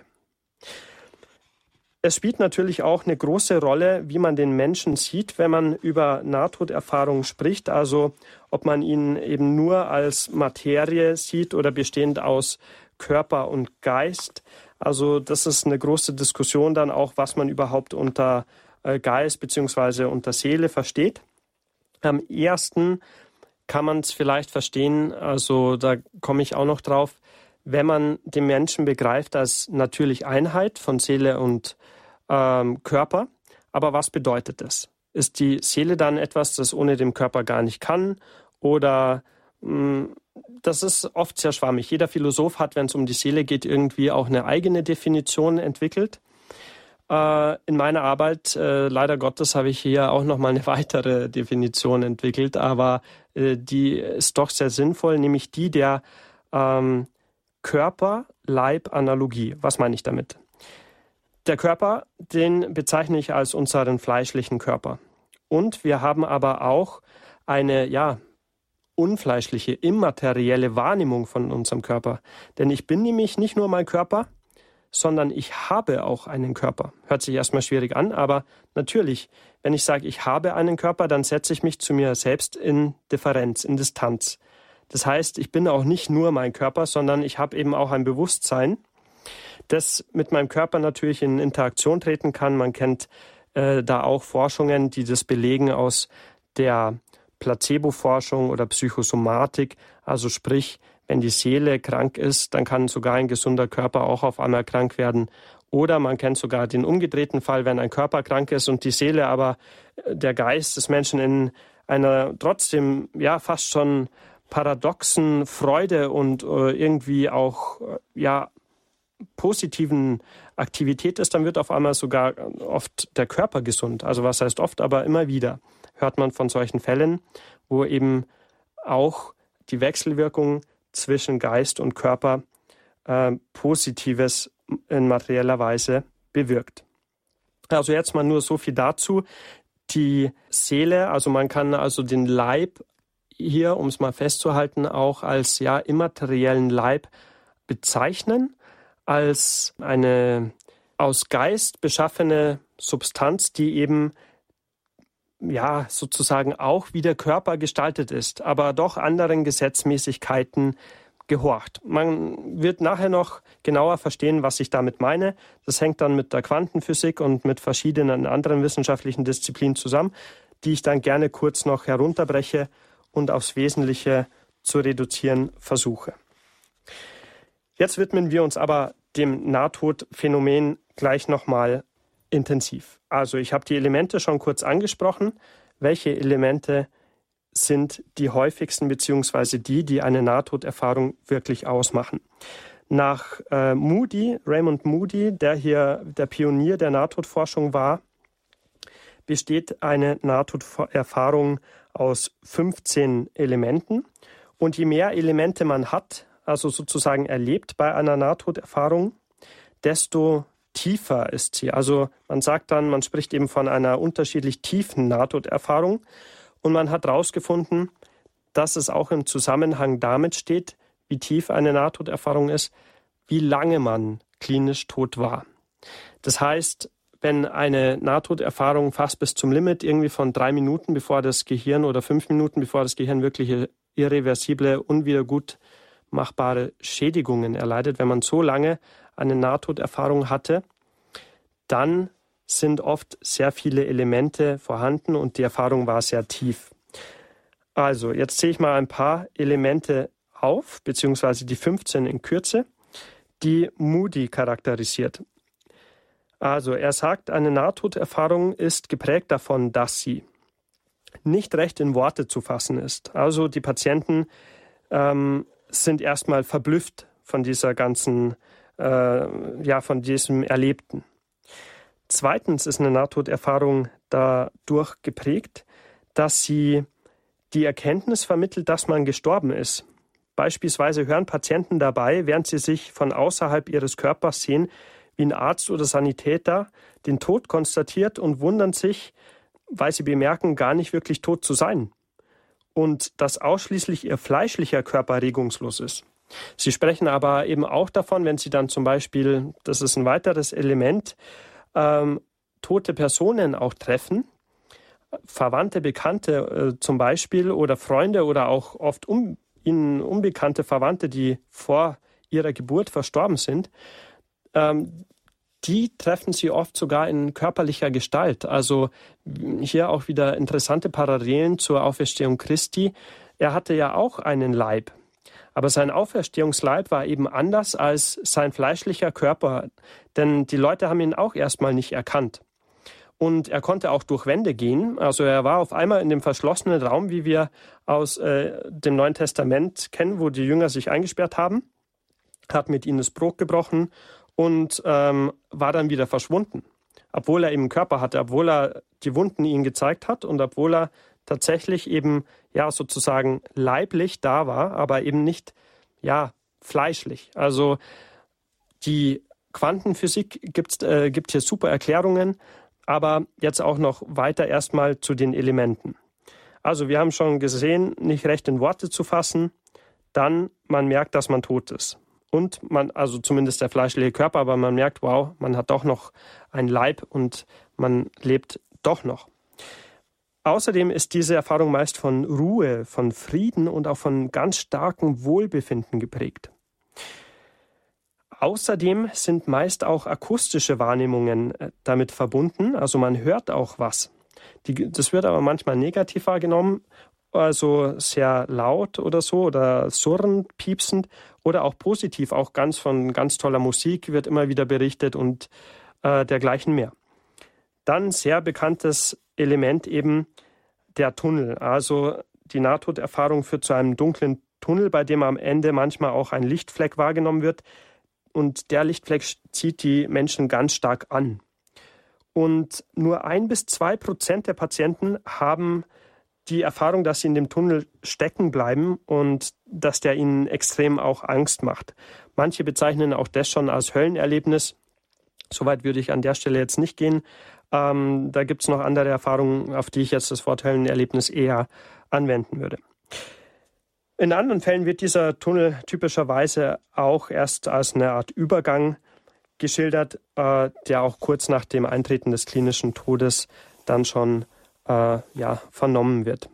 Es spielt natürlich auch eine große Rolle, wie man den Menschen sieht, wenn man über Nahtoderfahrungen spricht. Also ob man ihn eben nur als Materie sieht oder bestehend aus Körper und Geist. Also das ist eine große Diskussion dann auch, was man überhaupt unter Geist bzw. unter Seele versteht. Am ersten kann man es vielleicht verstehen, also da komme ich auch noch drauf, wenn man den Menschen begreift als natürlich Einheit von Seele und Körper. Aber was bedeutet das? Ist die Seele dann etwas, das ohne den Körper gar nicht kann? Oder das ist oft sehr schwammig. Jeder Philosoph hat, wenn es um die Seele geht, irgendwie auch eine eigene Definition entwickelt. In meiner Arbeit, leider Gottes, habe ich hier auch nochmal eine weitere Definition entwickelt, aber die ist doch sehr sinnvoll, nämlich die der Körper-Leib-Analogie. Was meine ich damit? Der Körper, den bezeichne ich als unseren fleischlichen Körper. Und wir haben aber auch eine, unfleischliche, immaterielle Wahrnehmung von unserem Körper. Denn ich bin nämlich nicht nur mein Körper, sondern ich habe auch einen Körper. Hört sich erstmal schwierig an, aber natürlich, wenn ich sage, ich habe einen Körper, dann setze ich mich zu mir selbst in Differenz, in Distanz. Das heißt, ich bin auch nicht nur mein Körper, sondern ich habe eben auch ein Bewusstsein, das mit meinem Körper natürlich in Interaktion treten kann. Man kennt da auch Forschungen, die das belegen aus der Placebo-Forschung oder Psychosomatik. Also sprich, wenn die Seele krank ist, dann kann sogar ein gesunder Körper auch auf einmal krank werden. Oder man kennt sogar den umgedrehten Fall, wenn ein Körper krank ist und die Seele, aber der Geist des Menschen in einer trotzdem fast schon paradoxen Freude und irgendwie auch positiven Aktivität ist, dann wird auf einmal sogar oft der Körper gesund. Also was heißt oft, aber immer wieder hört man von solchen Fällen, wo eben auch die Wechselwirkung zwischen Geist und Körper Positives in materieller Weise bewirkt. Also jetzt mal nur so viel dazu. Die Seele, also man kann also den Leib hier, um es mal festzuhalten, auch als immateriellen Leib bezeichnen, als eine aus Geist beschaffene Substanz, die eben sozusagen auch wie der Körper gestaltet ist, aber doch anderen Gesetzmäßigkeiten gehorcht. Man wird nachher noch genauer verstehen, was ich damit meine. Das hängt dann mit der Quantenphysik und mit verschiedenen anderen wissenschaftlichen Disziplinen zusammen, die ich dann gerne kurz noch herunterbreche und aufs Wesentliche zu reduzieren versuche. Jetzt widmen wir uns aber dem Nahtodphänomen gleich nochmal intensiv. Also ich habe die Elemente schon kurz angesprochen. Welche Elemente sind die häufigsten beziehungsweise die eine Nahtoderfahrung wirklich ausmachen? Nach Raymond Moody, der hier der Pionier der Nahtodforschung war, besteht eine Nahtoderfahrung aus 15 Elementen. Und je mehr Elemente man hat, also sozusagen erlebt bei einer Nahtoderfahrung, desto tiefer ist sie. Also man spricht eben von einer unterschiedlich tiefen Nahtoderfahrung. Und man hat herausgefunden, dass es auch im Zusammenhang damit steht, wie tief eine Nahtoderfahrung ist, wie lange man klinisch tot war. Das heißt, wenn eine Nahtoderfahrung fast bis zum Limit irgendwie von 3 Minuten bevor das Gehirn oder 5 Minuten bevor das Gehirn wirkliche irreversible, unwiedergutmachbare Schädigungen erleidet, wenn man so lange eine Nahtoderfahrung hatte, dann sind oft sehr viele Elemente vorhanden und die Erfahrung war sehr tief. Also, jetzt zähle ich mal ein paar Elemente auf, beziehungsweise die 15 in Kürze, die Moody charakterisiert. Also, er sagt, eine Nahtoderfahrung ist geprägt davon, dass sie nicht recht in Worte zu fassen ist. Also, die Patienten sind erstmal verblüfft von dieser ganzen, von diesem Erlebten. Zweitens ist eine Nahtoderfahrung dadurch geprägt, dass sie die Erkenntnis vermittelt, dass man gestorben ist. Beispielsweise hören Patienten dabei, während sie sich von außerhalb ihres Körpers sehen, wie ein Arzt oder Sanitäter den Tod konstatiert und wundern sich, weil sie bemerken, gar nicht wirklich tot zu sein. Und dass ausschließlich ihr fleischlicher Körper regungslos ist. Sie sprechen aber eben auch davon, wenn sie dann zum Beispiel, das ist ein weiteres Element, tote Personen auch treffen, Verwandte, Bekannte zum Beispiel oder Freunde oder auch oft ihnen unbekannte Verwandte, die vor ihrer Geburt verstorben sind, die treffen sie oft sogar in körperlicher Gestalt. Also hier auch wieder interessante Parallelen zur Auferstehung Christi. Er hatte ja auch einen Leib, aber sein Auferstehungsleib war eben anders als sein fleischlicher Körper, denn die Leute haben ihn auch erstmal nicht erkannt. Und er konnte auch durch Wände gehen. Also er war auf einmal in dem verschlossenen Raum, wie wir aus dem Neuen Testament kennen, wo die Jünger sich eingesperrt haben, hat mit ihnen das Brot gebrochen und war dann wieder verschwunden. Obwohl er eben einen Körper hatte, obwohl er die Wunden ihnen gezeigt hat und obwohl er tatsächlich eben ja sozusagen leiblich da war, aber eben nicht ja fleischlich. Also die Quantenphysik gibt hier super Erklärungen, aber jetzt auch noch weiter erstmal zu den Elementen. Also wir haben schon gesehen, nicht recht in Worte zu fassen, dann man merkt, dass man tot ist. Und man, also zumindest der fleischliche Körper, aber man merkt, wow, man hat doch noch einen Leib und man lebt doch noch. Außerdem ist diese Erfahrung meist von Ruhe, von Frieden und auch von ganz starkem Wohlbefinden geprägt. Außerdem sind meist auch akustische Wahrnehmungen damit verbunden, also man hört auch was. Das wird aber manchmal negativ wahrgenommen, also sehr laut oder so oder surrend, piepsend oder auch positiv, auch von ganz toller Musik wird immer wieder berichtet und dergleichen mehr. Dann sehr bekanntes Element eben der Tunnel, also die Nahtoderfahrung führt zu einem dunklen Tunnel, bei dem am Ende manchmal auch ein Lichtfleck wahrgenommen wird. Und der Lichtfleck zieht die Menschen ganz stark an. Und nur 1-2% der Patienten haben die Erfahrung, dass sie in dem Tunnel stecken bleiben und dass der ihnen extrem auch Angst macht. Manche bezeichnen auch das schon als Höllenerlebnis. Soweit würde ich an der Stelle jetzt nicht gehen. Da gibt es noch andere Erfahrungen, auf die ich jetzt das Wort Höllenerlebnis eher anwenden würde. In anderen Fällen wird dieser Tunnel typischerweise auch erst als eine Art Übergang geschildert, der auch kurz nach dem Eintreten des klinischen Todes dann schon vernommen wird.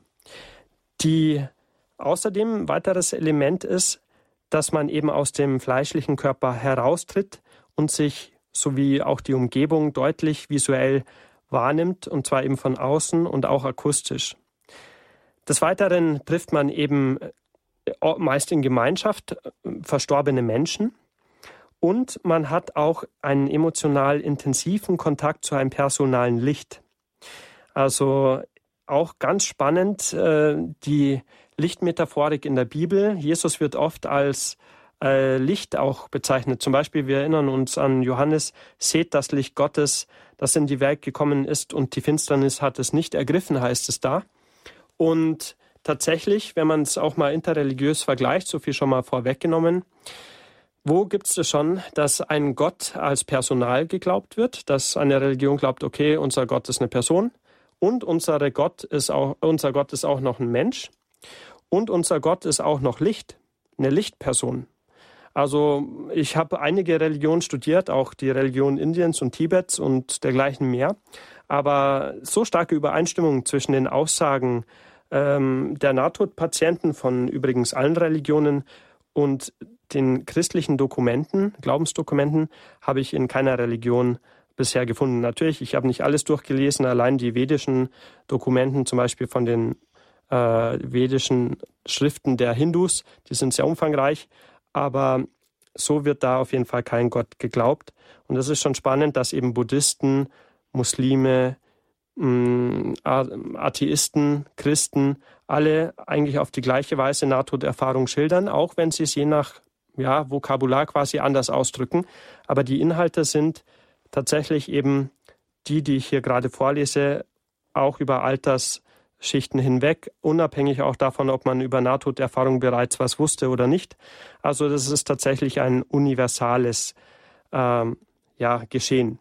Außerdem ein weiteres Element ist, dass man eben aus dem fleischlichen Körper heraustritt und sich sowie auch die Umgebung deutlich visuell wahrnimmt, und zwar eben von außen und auch akustisch. Des Weiteren trifft man eben meist in Gemeinschaft verstorbene Menschen und man hat auch einen emotional intensiven Kontakt zu einem personalen Licht. Also auch ganz spannend die Lichtmetaphorik in der Bibel. Jesus wird oft als Licht auch bezeichnet. Zum Beispiel, wir erinnern uns an Johannes, seht das Licht Gottes, das in die Welt gekommen ist und die Finsternis hat es nicht ergriffen, heißt es da. Und tatsächlich, wenn man es auch mal interreligiös vergleicht, so viel schon mal vorweggenommen, wo gibt es das schon, dass ein Gott als Personal geglaubt wird, dass eine Religion glaubt, okay, unser Gott ist eine Person und unser Gott ist auch noch ein Mensch und unser Gott ist auch noch Licht, eine Lichtperson. Also ich habe einige Religionen studiert, auch die Religion Indiens und Tibets und dergleichen mehr, aber so starke Übereinstimmung zwischen den Aussagen der Nahtodpatienten von übrigens allen Religionen und den christlichen Dokumenten, Glaubensdokumenten, habe ich in keiner Religion bisher gefunden. Natürlich, ich habe nicht alles durchgelesen, allein die vedischen Dokumenten, zum Beispiel von den vedischen Schriften der Hindus, die sind sehr umfangreich, aber so wird da auf jeden Fall kein Gott geglaubt. Und es ist schon spannend, dass eben Buddhisten, Muslime, Atheisten, Christen, alle eigentlich auf die gleiche Weise Nahtoderfahrung schildern, auch wenn sie es je nach Vokabular quasi anders ausdrücken. Aber die Inhalte sind tatsächlich eben die ich hier gerade vorlese, auch über Lebensschichten hinweg, unabhängig auch davon, ob man über Nahtoderfahrung bereits was wusste oder nicht. Also das ist tatsächlich ein universales Geschehen.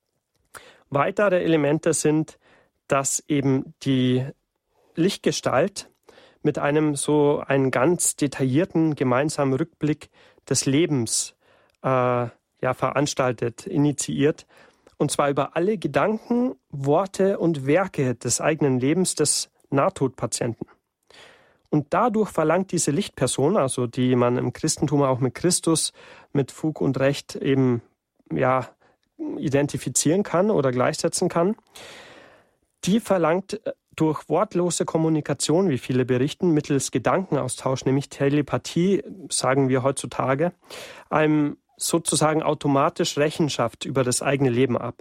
Weitere Elemente sind, dass eben die Lichtgestalt mit einem so einen ganz detaillierten gemeinsamen Rückblick des Lebens veranstaltet, initiiert. Und zwar über alle Gedanken, Worte und Werke des eigenen Lebens des Nahtodpatienten. Und dadurch verlangt diese Lichtperson, also die man im Christentum auch mit Christus mit Fug und Recht eben identifizieren kann oder gleichsetzen kann, die verlangt durch wortlose Kommunikation, wie viele berichten, mittels Gedankenaustausch, nämlich Telepathie, sagen wir heutzutage, einem sozusagen automatisch Rechenschaft über das eigene Leben ab.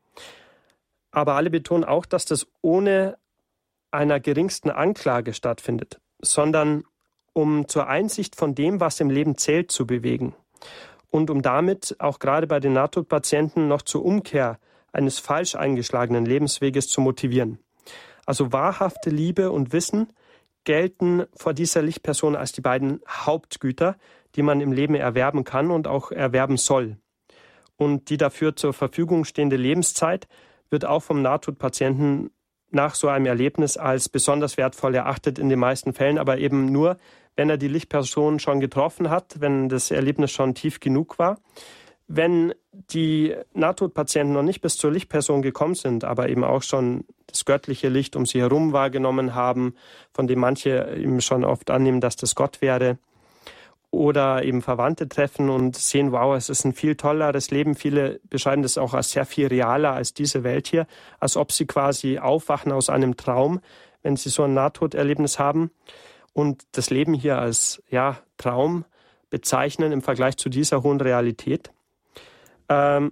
Aber alle betonen auch, dass das ohne einer geringsten Anklage stattfindet, sondern um zur Einsicht von dem, was im Leben zählt, zu bewegen und um damit auch gerade bei den Nahtodpatienten noch zur Umkehr eines falsch eingeschlagenen Lebensweges zu motivieren. Also wahrhafte Liebe und Wissen gelten vor dieser Lichtperson als die beiden Hauptgüter, die man im Leben erwerben kann und auch erwerben soll. Und die dafür zur Verfügung stehende Lebenszeit wird auch vom Nahtodpatienten nach so einem Erlebnis als besonders wertvoll erachtet, in den meisten Fällen, aber eben nur, wenn er die Lichtperson schon getroffen hat, wenn das Erlebnis schon tief genug war. Wenn die Nahtodpatienten noch nicht bis zur Lichtperson gekommen sind, aber eben auch schon das göttliche Licht um sie herum wahrgenommen haben, von dem manche eben schon oft annehmen, dass das Gott wäre, oder eben Verwandte treffen und sehen, wow, es ist ein viel tolleres Leben. Viele beschreiben das auch als sehr viel realer als diese Welt hier, als ob sie quasi aufwachen aus einem Traum, wenn sie so ein Nahtoderlebnis haben und das Leben hier als Traum bezeichnen im Vergleich zu dieser hohen Realität. Dann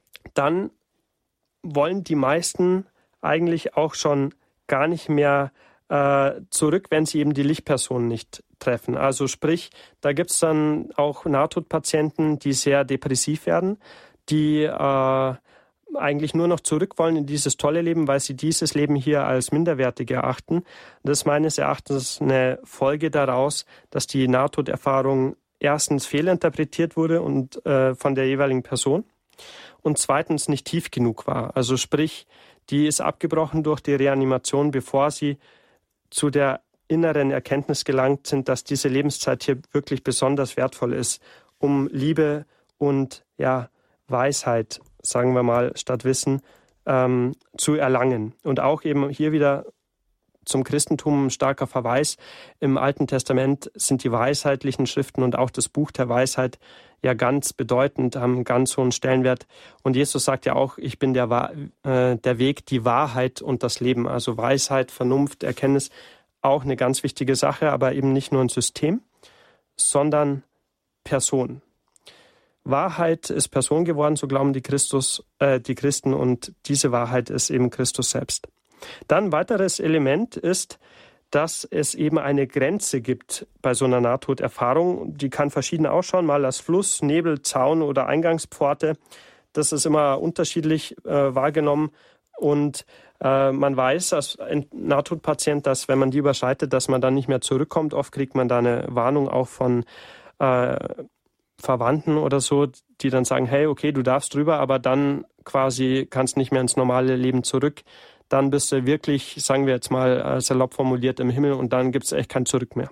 wollen die meisten eigentlich auch schon gar nicht mehr zurück, wenn sie eben die Lichtperson nicht treffen. Also sprich, da gibt es dann auch Nahtodpatienten, die sehr depressiv werden, die eigentlich nur noch zurück wollen in dieses tolle Leben, weil sie dieses Leben hier als minderwertig erachten. Das ist meines Erachtens eine Folge daraus, dass die Nahtoderfahrung erstens fehlinterpretiert wurde und von der jeweiligen Person und zweitens nicht tief genug war. Also sprich, die ist abgebrochen durch die Reanimation, bevor sie zu der inneren Erkenntnis gelangt sind, dass diese Lebenszeit hier wirklich besonders wertvoll ist, um Liebe und Weisheit, sagen wir mal, statt Wissen zu erlangen. Und auch eben hier wieder zum Christentum ein starker Verweis. Im Alten Testament sind die weisheitlichen Schriften und auch das Buch der Weisheit ja ganz bedeutend, haben einen ganz hohen Stellenwert. Und Jesus sagt ja auch, ich bin der Weg, die Wahrheit und das Leben. Also Weisheit, Vernunft, Erkenntnis, auch eine ganz wichtige Sache, aber eben nicht nur ein System, sondern Person. Wahrheit ist Person geworden, so glauben die Christen, und diese Wahrheit ist eben Christus selbst. Dann ein weiteres Element ist, dass es eben eine Grenze gibt bei so einer Nahtoderfahrung. Die kann verschieden ausschauen, mal als Fluss, Nebel, Zaun oder Eingangspforte. Das ist immer unterschiedlich wahrgenommen. Und man weiß als Nahtodpatient, dass wenn man die überschreitet, dass man dann nicht mehr zurückkommt. Oft kriegt man da eine Warnung auch von Verwandten oder so, die dann sagen, hey, okay, du darfst drüber, aber dann quasi kannst nicht mehr ins normale Leben zurück. Dann bist du wirklich, sagen wir jetzt mal salopp formuliert, im Himmel und dann gibt es echt kein Zurück mehr.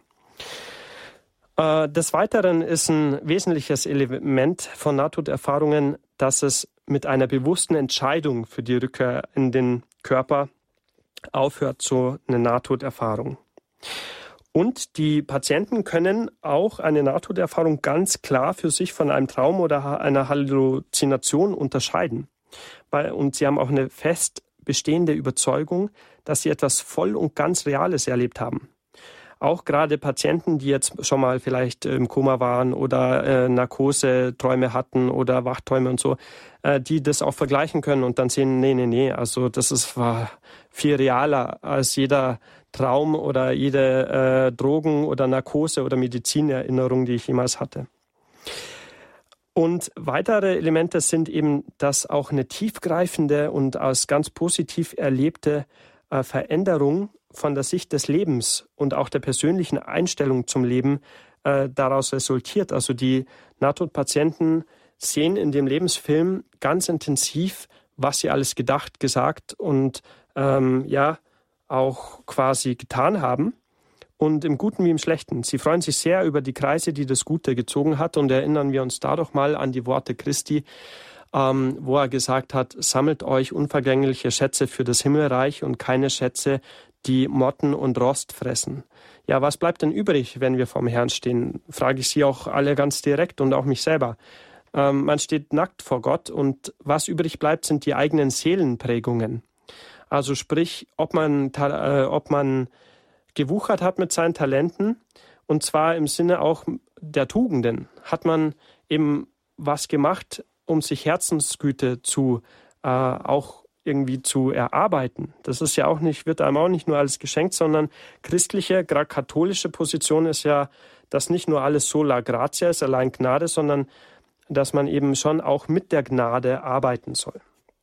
Des Weiteren ist ein wesentliches Element von Nahtoderfahrungen, dass es mit einer bewussten Entscheidung für die Rückkehr in den Körper aufhört, so eine Nahtoderfahrung. Und die Patienten können auch eine Nahtoderfahrung ganz klar für sich von einem Traum oder einer Halluzination unterscheiden. Und sie haben auch eine fest bestehende Überzeugung, dass sie etwas voll und ganz Reales erlebt haben. Auch gerade Patienten, die jetzt schon mal vielleicht im Koma waren oder Narkoseträume hatten oder Wachträume und so, die das auch vergleichen können und dann sehen, nee, also das war viel realer als jeder Traum oder jede Drogen- oder Narkose- oder Medizinerinnerung, die ich jemals hatte. Und weitere Elemente sind eben, dass auch eine tiefgreifende und als ganz positiv erlebte Veränderung von der Sicht des Lebens und auch der persönlichen Einstellung zum Leben daraus resultiert. Also die Nahtodpatienten sehen in dem Lebensfilm ganz intensiv, was sie alles gedacht, gesagt und auch quasi getan haben. Und im Guten wie im Schlechten. Sie freuen sich sehr über die Kreise, die das Gute gezogen hat. Und erinnern wir uns da doch mal an die Worte Christi, wo er gesagt hat, sammelt euch unvergängliche Schätze für das Himmelreich und keine Schätze, die Motten und Rost fressen. Ja, was bleibt denn übrig, wenn wir vorm Herrn stehen? Frage ich Sie auch alle ganz direkt und auch mich selber. Man steht nackt vor Gott und was übrig bleibt, sind die eigenen Seelenprägungen. Also sprich, ob man gewuchert hat mit seinen Talenten, und zwar im Sinne auch der Tugenden. Hat man eben was gemacht, um sich Herzensgüte auch irgendwie zu erarbeiten. Das ist ja auch nicht, wird einem auch nicht nur alles geschenkt, sondern christliche, gerade katholische Position ist ja, dass nicht nur alles sola gratia ist, allein Gnade, sondern dass man eben schon auch mit der Gnade arbeiten soll.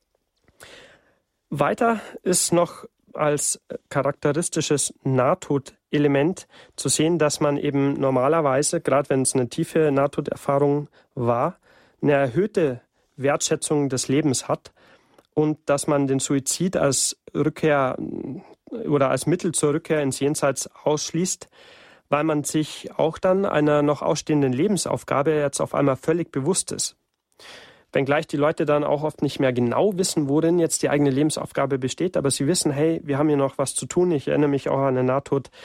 Weiter ist noch als charakteristisches Nahtodelement zu sehen, dass man eben normalerweise, gerade wenn es eine tiefe Nahtoderfahrung war, eine erhöhte Wertschätzung des Lebens hat und dass man den Suizid als Rückkehr oder als Mittel zur Rückkehr ins Jenseits ausschließt, weil man sich auch dann einer noch ausstehenden Lebensaufgabe jetzt auf einmal völlig bewusst ist. Wenngleich die Leute dann auch oft nicht mehr genau wissen, worin jetzt die eigene Lebensaufgabe besteht, aber sie wissen, hey, wir haben hier noch was zu tun. Ich erinnere mich auch an einen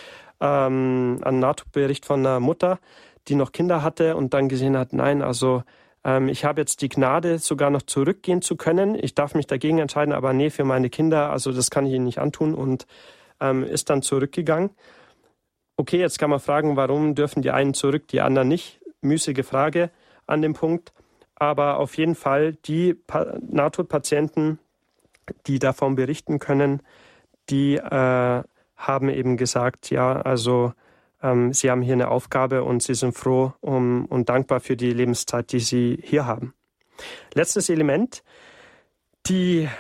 Nahtodbericht von einer Mutter, die noch Kinder hatte und dann gesehen hat, nein, also ich habe jetzt die Gnade, sogar noch zurückgehen zu können. Ich darf mich dagegen entscheiden, aber nee, für meine Kinder, also das kann ich ihnen nicht antun und ist dann zurückgegangen. Okay, jetzt kann man fragen, warum dürfen die einen zurück, die anderen nicht? Müßige Frage an dem Punkt. Aber auf jeden Fall die Nahtodpatienten, die davon berichten können, die haben eben gesagt, ja, also sie haben hier eine Aufgabe und sie sind froh und dankbar für die Lebenszeit, die sie hier haben. Letztes Element, die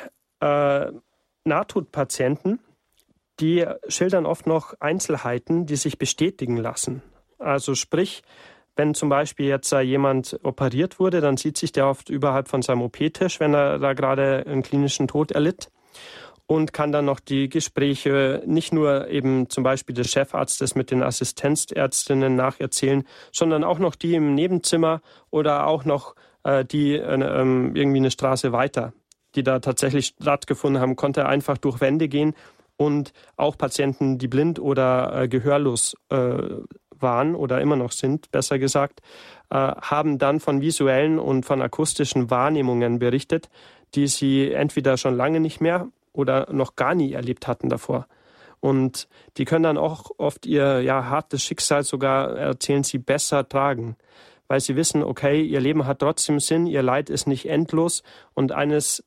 Nahtodpatienten, die schildern oft noch Einzelheiten, die sich bestätigen lassen. Also sprich, wenn zum Beispiel jetzt jemand operiert wurde, dann sieht sich der oft überhalb von seinem OP-Tisch, wenn er da gerade einen klinischen Tod erlitt und kann dann noch die Gespräche nicht nur eben zum Beispiel des Chefarztes mit den Assistenzärztinnen nacherzählen, sondern auch noch die im Nebenzimmer oder auch noch die irgendwie eine Straße weiter, die da tatsächlich stattgefunden haben, konnte er einfach durch Wände gehen und auch Patienten, die blind oder gehörlos waren oder immer noch sind, besser gesagt, haben dann von visuellen und von akustischen Wahrnehmungen berichtet, die sie entweder schon lange nicht mehr oder noch gar nie erlebt hatten davor. Und die können dann auch oft ihr hartes Schicksal sogar, erzählen sie, besser tragen, weil sie wissen, okay, ihr Leben hat trotzdem Sinn, ihr Leid ist nicht endlos und eines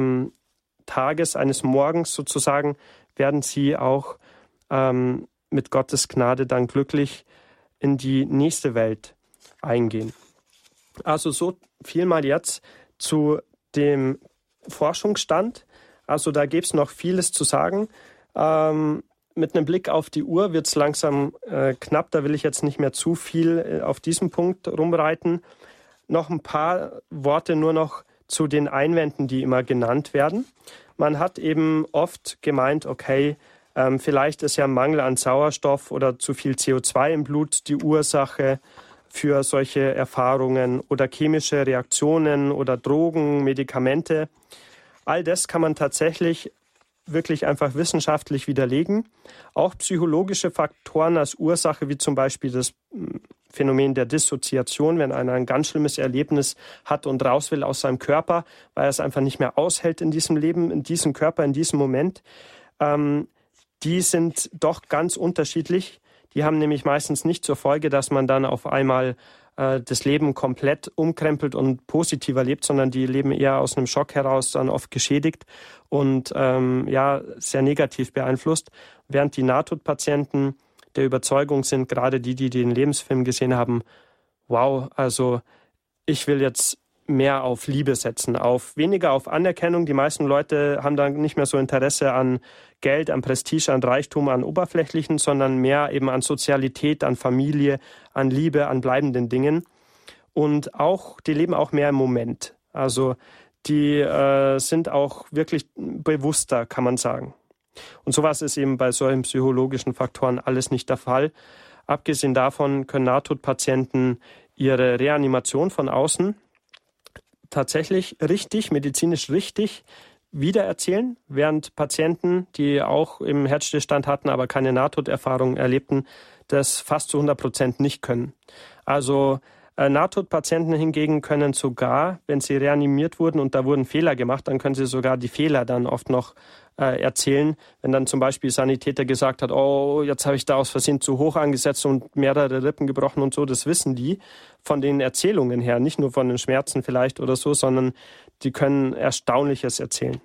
Tages, eines Morgens sozusagen, werden sie auch mit Gottes Gnade dann glücklich in die nächste Welt eingehen. Also so viel mal jetzt zu dem Forschungsstand. Also da gäbe es noch vieles zu sagen. Mit einem Blick auf die Uhr wird es langsam knapp. Da will ich jetzt nicht mehr zu viel auf diesem Punkt rumreiten. Noch ein paar Worte nur noch zu den Einwänden, die immer genannt werden. Man hat eben oft gemeint, okay, vielleicht ist ja Mangel an Sauerstoff oder zu viel CO2 im Blut die Ursache für solche Erfahrungen oder chemische Reaktionen oder Drogen, Medikamente. All das kann man tatsächlich wirklich einfach wissenschaftlich widerlegen. Auch psychologische Faktoren als Ursache, wie zum Beispiel das Phänomen der Dissoziation, wenn einer ein ganz schlimmes Erlebnis hat und raus will aus seinem Körper, weil er es einfach nicht mehr aushält in diesem Leben, in diesem Körper, in diesem Moment. Die sind doch ganz unterschiedlich. Die haben nämlich meistens nicht zur Folge, dass man dann auf einmal das Leben komplett umkrempelt und positiver lebt, sondern die leben eher aus einem Schock heraus, dann oft geschädigt und sehr negativ beeinflusst. Während die Nahtodpatienten der Überzeugung sind, gerade die den Lebensfilm gesehen haben, wow, also ich will jetzt mehr auf Liebe setzen, weniger auf Anerkennung. Die meisten Leute haben dann nicht mehr so Interesse an Geld, an Prestige, an Reichtum, an Oberflächlichen, sondern mehr eben an Sozialität, an Familie, an Liebe, an bleibenden Dingen. Und die leben auch mehr im Moment. Also die sind auch wirklich bewusster, kann man sagen. Und sowas ist eben bei solchen psychologischen Faktoren alles nicht der Fall. Abgesehen davon können Nahtodpatienten ihre Reanimation von außen tatsächlich medizinisch richtig wiedererzählen, während Patienten, die auch im Herzstillstand hatten, aber keine Nahtoderfahrung erlebten, das fast zu 100% nicht können. Also Nahtodpatienten hingegen können sogar, wenn sie reanimiert wurden und da wurden Fehler gemacht, dann können sie sogar die Fehler dann oft noch erzählen. Wenn dann zum Beispiel Sanitäter gesagt hat, oh, jetzt habe ich da aus Versehen zu hoch angesetzt und mehrere Rippen gebrochen und so, das wissen die von den Erzählungen her, nicht nur von den Schmerzen vielleicht oder so, sondern die können Erstaunliches erzählen.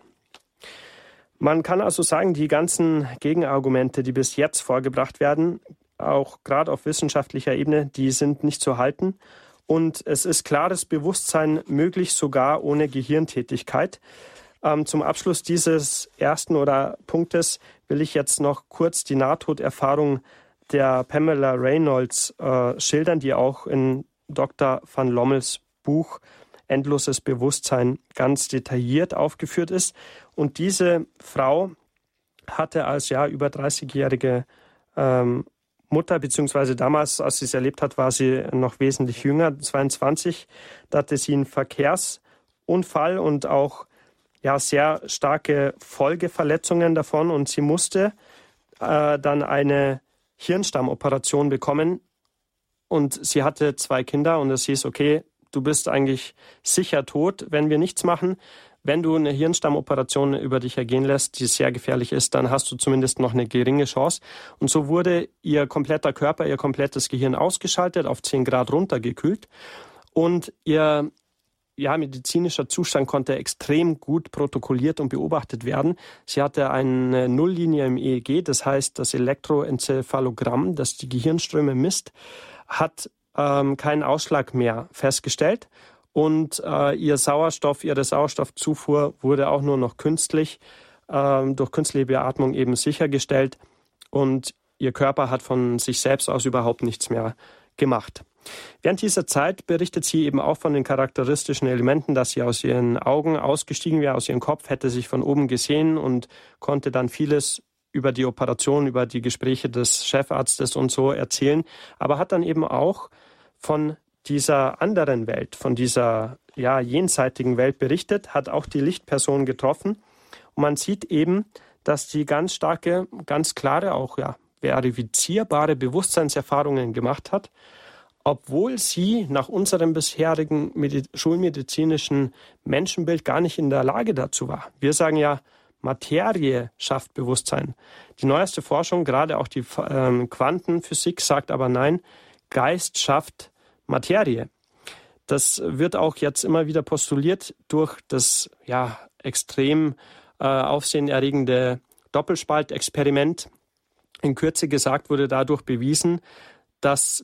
Man kann also sagen, die ganzen Gegenargumente, die bis jetzt vorgebracht werden, auch gerade auf wissenschaftlicher Ebene, die sind nicht zu halten. Und es ist klares Bewusstsein möglich, sogar ohne Gehirntätigkeit. Zum Abschluss dieses ersten Punktes will ich jetzt noch kurz die Nahtoderfahrung der Pamela Reynolds schildern, die auch in Dr. van Lommels Buch Endloses Bewusstsein ganz detailliert aufgeführt ist. Und diese Frau hatte als über 30-jährige Mutter, beziehungsweise damals, als sie es erlebt hat, war sie noch wesentlich jünger, 22. Da hatte sie einen Verkehrsunfall und auch sehr starke Folgeverletzungen davon. Und sie musste dann eine Hirnstammoperation bekommen. Und sie hatte 2 Kinder und es hieß, okay, du bist eigentlich sicher tot, wenn wir nichts machen. Wenn du eine Hirnstammoperation über dich ergehen lässt, die sehr gefährlich ist, dann hast du zumindest noch eine geringe Chance. Und so wurde ihr kompletter Körper, ihr komplettes Gehirn ausgeschaltet, auf 10 Grad runtergekühlt. Und ihr medizinischer Zustand konnte extrem gut protokolliert und beobachtet werden. Sie hatte eine Nulllinie im EEG, das heißt, das Elektroenzephalogramm, das die Gehirnströme misst, hat keinen Ausschlag mehr festgestellt. Und ihre Sauerstoffzufuhr wurde auch nur noch künstlich, durch künstliche Beatmung eben sichergestellt. Und ihr Körper hat von sich selbst aus überhaupt nichts mehr gemacht. Während dieser Zeit berichtet sie eben auch von den charakteristischen Elementen, dass sie aus ihren Augen ausgestiegen wäre, aus ihrem Kopf, hätte sich von oben gesehen und konnte dann vieles über die Operation, über die Gespräche des Chefarztes und so erzählen, aber hat dann eben auch von dieser anderen Welt, von dieser jenseitigen Welt berichtet, hat auch die Lichtperson getroffen. Und man sieht eben, dass die ganz starke, ganz klare, auch verifizierbare Bewusstseinserfahrungen gemacht hat, obwohl sie nach unserem bisherigen schulmedizinischen Menschenbild gar nicht in der Lage dazu war. Wir sagen ja, Materie schafft Bewusstsein. Die neueste Forschung, gerade auch die Quantenphysik, sagt aber nein, Geist schafft Materie. Das wird auch jetzt immer wieder postuliert durch das extrem aufsehenerregende Doppelspaltexperiment. In Kürze gesagt wurde dadurch bewiesen, dass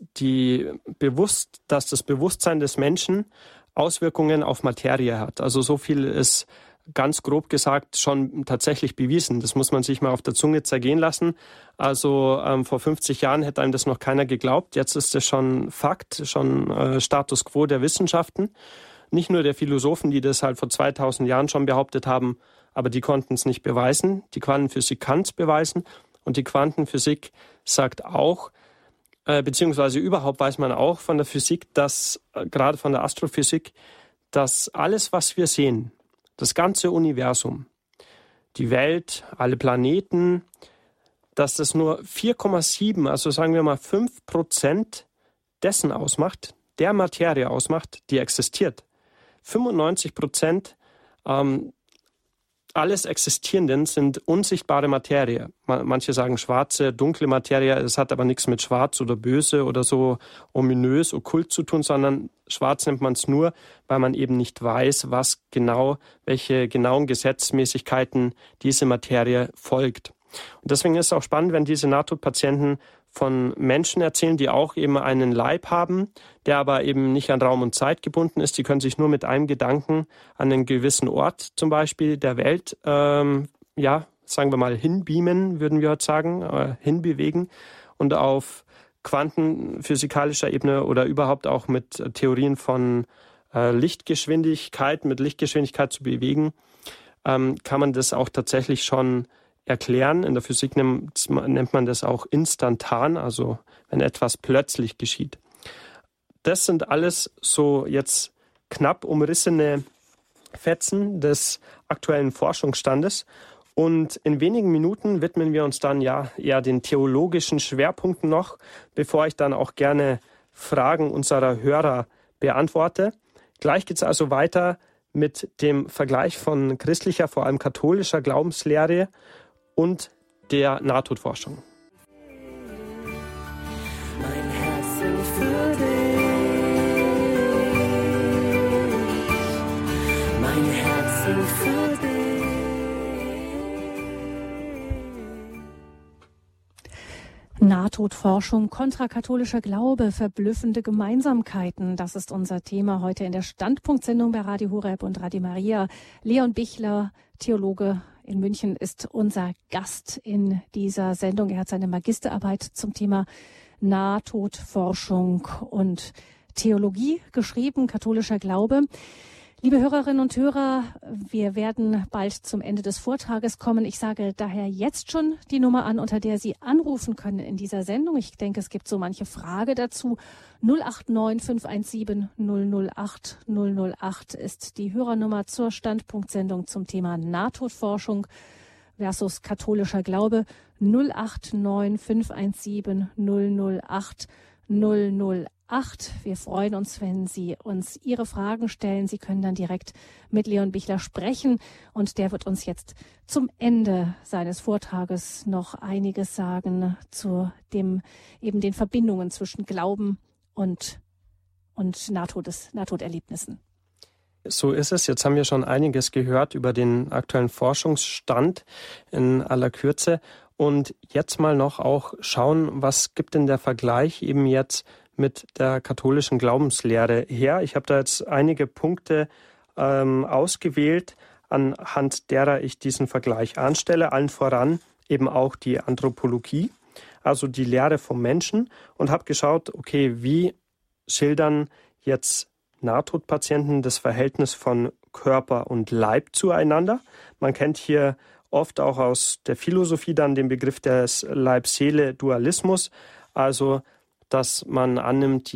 das Bewusstsein des Menschen Auswirkungen auf Materie hat. Also so viel ist ganz grob gesagt schon tatsächlich bewiesen. Das muss man sich mal auf der Zunge zergehen lassen. Also vor 50 Jahren hätte einem das noch keiner geglaubt. Jetzt ist es schon Fakt, schon Status quo der Wissenschaften. Nicht nur der Philosophen, die das halt vor 2000 Jahren schon behauptet haben, aber die konnten es nicht beweisen. Die Quantenphysik kann es beweisen. Und die Quantenphysik sagt auch, beziehungsweise überhaupt weiß man auch von der Physik, dass gerade von der Astrophysik, dass alles, was wir sehen, das ganze Universum, die Welt, alle Planeten, dass das nur 4,7, also sagen wir mal 5% dessen ausmacht, der Materie ausmacht, die existiert. 95% alles Existierenden sind unsichtbare Materie. Manche sagen schwarze, dunkle Materie. Es hat aber nichts mit schwarz oder böse oder so ominös, okkult zu tun, sondern schwarz nennt man es nur, weil man eben nicht weiß, welche genauen Gesetzmäßigkeiten diese Materie folgt. Und deswegen ist es auch spannend, wenn diese Nahtodpatienten von Menschen erzählen, die auch eben einen Leib haben, der aber eben nicht an Raum und Zeit gebunden ist. Die können sich nur mit einem Gedanken an einen gewissen Ort zum Beispiel der Welt, sagen wir mal hinbeamen, würden wir heute sagen, hinbewegen und auf quantenphysikalischer Ebene oder überhaupt auch mit Theorien von Lichtgeschwindigkeit, mit Lichtgeschwindigkeit zu bewegen, kann man das auch tatsächlich schon erklären. In der Physik nennt man das auch instantan, also wenn etwas plötzlich geschieht. Das sind alles so jetzt knapp umrissene Fetzen des aktuellen Forschungsstandes. Und in wenigen Minuten widmen wir uns dann eher den theologischen Schwerpunkten noch, bevor ich dann auch gerne Fragen unserer Hörer beantworte. Gleich geht es also weiter mit dem Vergleich von christlicher, vor allem katholischer Glaubenslehre und der Nahtodforschung. Mein Herz singt für dich. Mein Herz singt für dich. Nahtodforschung, kontrakatholischer Glaube, verblüffende Gemeinsamkeiten. Das ist unser Thema heute in der Standpunktsendung bei Radio Horeb und Radio Maria. Leon Bichler, Theologe in München, ist unser Gast in dieser Sendung. Er hat seine Magisterarbeit zum Thema Nahtodforschung und Theologie geschrieben, katholischer Glaube. Liebe Hörerinnen und Hörer, wir werden bald zum Ende des Vortrages kommen. Ich sage daher jetzt schon die Nummer an, unter der Sie anrufen können in dieser Sendung. Ich denke, es gibt so manche Frage dazu. 089 517 008 008 ist die Hörernummer zur Standpunktsendung zum Thema Nahtodforschung versus katholischer Glaube. 089 517 008 008. Wir freuen uns, wenn Sie uns Ihre Fragen stellen. Sie können dann direkt mit Leon Bichler sprechen und der wird uns jetzt zum Ende seines Vortrages noch einiges sagen zu den Verbindungen zwischen Glauben und Nahtoderlebnissen. So ist es. Jetzt haben wir schon einiges gehört über den aktuellen Forschungsstand in aller Kürze und jetzt mal noch auch schauen, was gibt denn der Vergleich eben jetzt mit der katholischen Glaubenslehre her. Ich habe da jetzt einige Punkte ausgewählt, anhand derer ich diesen Vergleich anstelle. Allen voran eben auch die Anthropologie, also die Lehre vom Menschen, und habe geschaut, okay, wie schildern jetzt Nahtodpatienten das Verhältnis von Körper und Leib zueinander. Man kennt hier oft auch aus der Philosophie dann den Begriff des Leib-Seele-Dualismus, also dass man annimmt,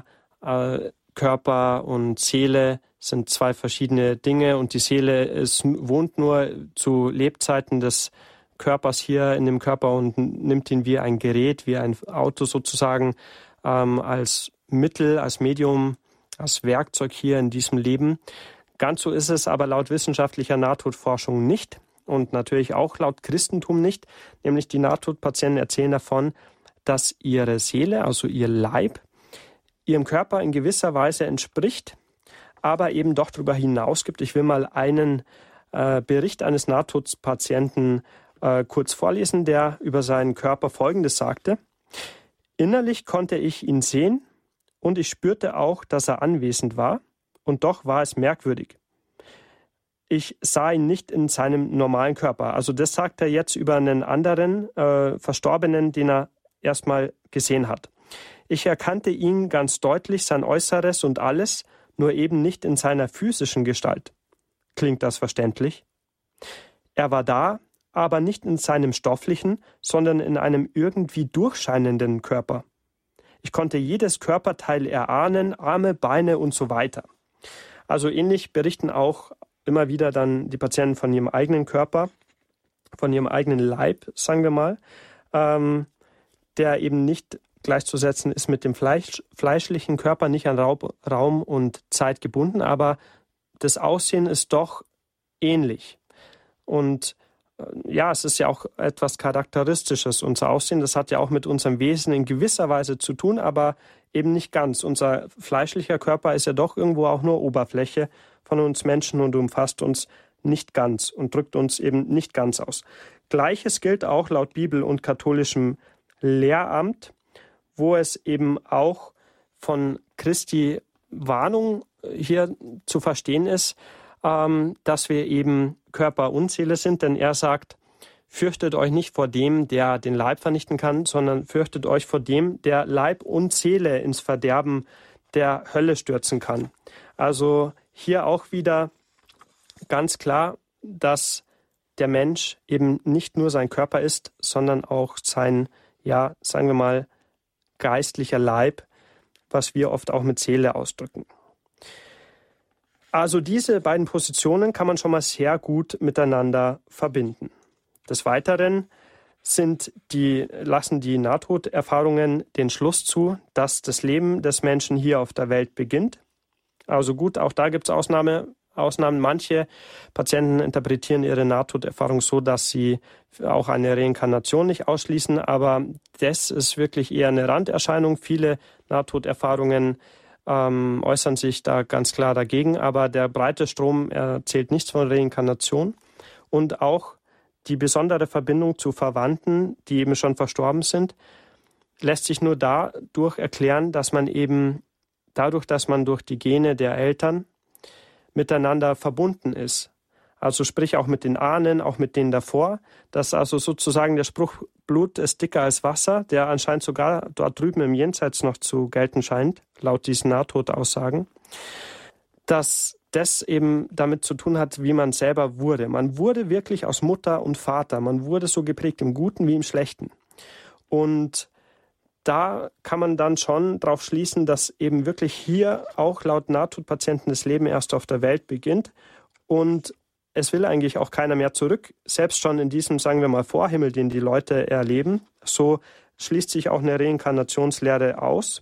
Körper und Seele sind zwei verschiedene Dinge und die Seele wohnt nur zu Lebzeiten des Körpers hier in dem Körper und nimmt ihn wie ein Gerät, wie ein Auto sozusagen als Mittel, als Medium, als Werkzeug hier in diesem Leben. Ganz so ist es aber laut wissenschaftlicher Nahtodforschung nicht und natürlich auch laut Christentum nicht, nämlich die Nahtodpatienten erzählen davon, dass ihre Seele, also ihr Leib, ihrem Körper in gewisser Weise entspricht, aber eben doch darüber hinausgibt. Ich will mal einen Bericht eines Nahtodpatienten kurz vorlesen, der über seinen Körper Folgendes sagte. Innerlich konnte ich ihn sehen und ich spürte auch, dass er anwesend war, und doch war es merkwürdig. Ich sah ihn nicht in seinem normalen Körper. Also das sagt er jetzt über einen anderen Verstorbenen, den er erstmal gesehen hat. Ich erkannte ihn ganz deutlich, sein Äußeres und alles, nur eben nicht in seiner physischen Gestalt. Klingt das verständlich? Er war da, aber nicht in seinem stofflichen, sondern in einem irgendwie durchscheinenden Körper. Ich konnte jedes Körperteil erahnen, Arme, Beine und so weiter. Also ähnlich berichten auch immer wieder dann die Patienten von ihrem eigenen Körper, von ihrem eigenen Leib, sagen wir mal, der eben nicht gleichzusetzen ist mit dem fleischlichen Körper, nicht an Raum und Zeit gebunden, aber das Aussehen ist doch ähnlich. Und es ist ja auch etwas Charakteristisches. Unser Aussehen, das hat ja auch mit unserem Wesen in gewisser Weise zu tun, aber eben nicht ganz. Unser fleischlicher Körper ist ja doch irgendwo auch nur Oberfläche von uns Menschen und umfasst uns nicht ganz und drückt uns eben nicht ganz aus. Gleiches gilt auch laut Bibel und katholischem Lehramt, wo es eben auch von Christi Warnung hier zu verstehen ist, dass wir eben Körper und Seele sind, denn er sagt, fürchtet euch nicht vor dem, der den Leib vernichten kann, sondern fürchtet euch vor dem, der Leib und Seele ins Verderben der Hölle stürzen kann. Also hier auch wieder ganz klar, dass der Mensch eben nicht nur sein Körper ist, sondern auch sein, ja, sagen wir mal, geistlicher Leib, was wir oft auch mit Seele ausdrücken. Also diese beiden Positionen kann man schon mal sehr gut miteinander verbinden. Des Weiteren lassen die Nahtoderfahrungen den Schluss zu, dass das Leben des Menschen hier auf der Welt beginnt. Also gut, auch da gibt es Ausnahmen. Manche Patienten interpretieren ihre Nahtoderfahrung so, dass sie auch eine Reinkarnation nicht ausschließen, aber das ist wirklich eher eine Randerscheinung. Viele Nahtoderfahrungen äußern sich da ganz klar dagegen, aber der breite Strom erzählt nichts von Reinkarnation. Und auch die besondere Verbindung zu Verwandten, die eben schon verstorben sind, lässt sich nur dadurch erklären, dass man eben dadurch, dass man durch die Gene der Eltern miteinander verbunden ist. Also sprich auch mit den Ahnen, auch mit denen davor, dass also sozusagen der Spruch Blut ist dicker als Wasser, der anscheinend sogar dort drüben im Jenseits noch zu gelten scheint, laut diesen Nahtodaussagen, dass das eben damit zu tun hat, wie man selber wurde. Man wurde wirklich aus Mutter und Vater, man wurde so geprägt im Guten wie im Schlechten. Und da kann man dann schon darauf schließen, dass eben wirklich hier auch laut Nahtodpatienten das Leben erst auf der Welt beginnt und es will eigentlich auch keiner mehr zurück, selbst schon in diesem, sagen wir mal, Vorhimmel, den die Leute erleben. So schließt sich auch eine Reinkarnationslehre aus.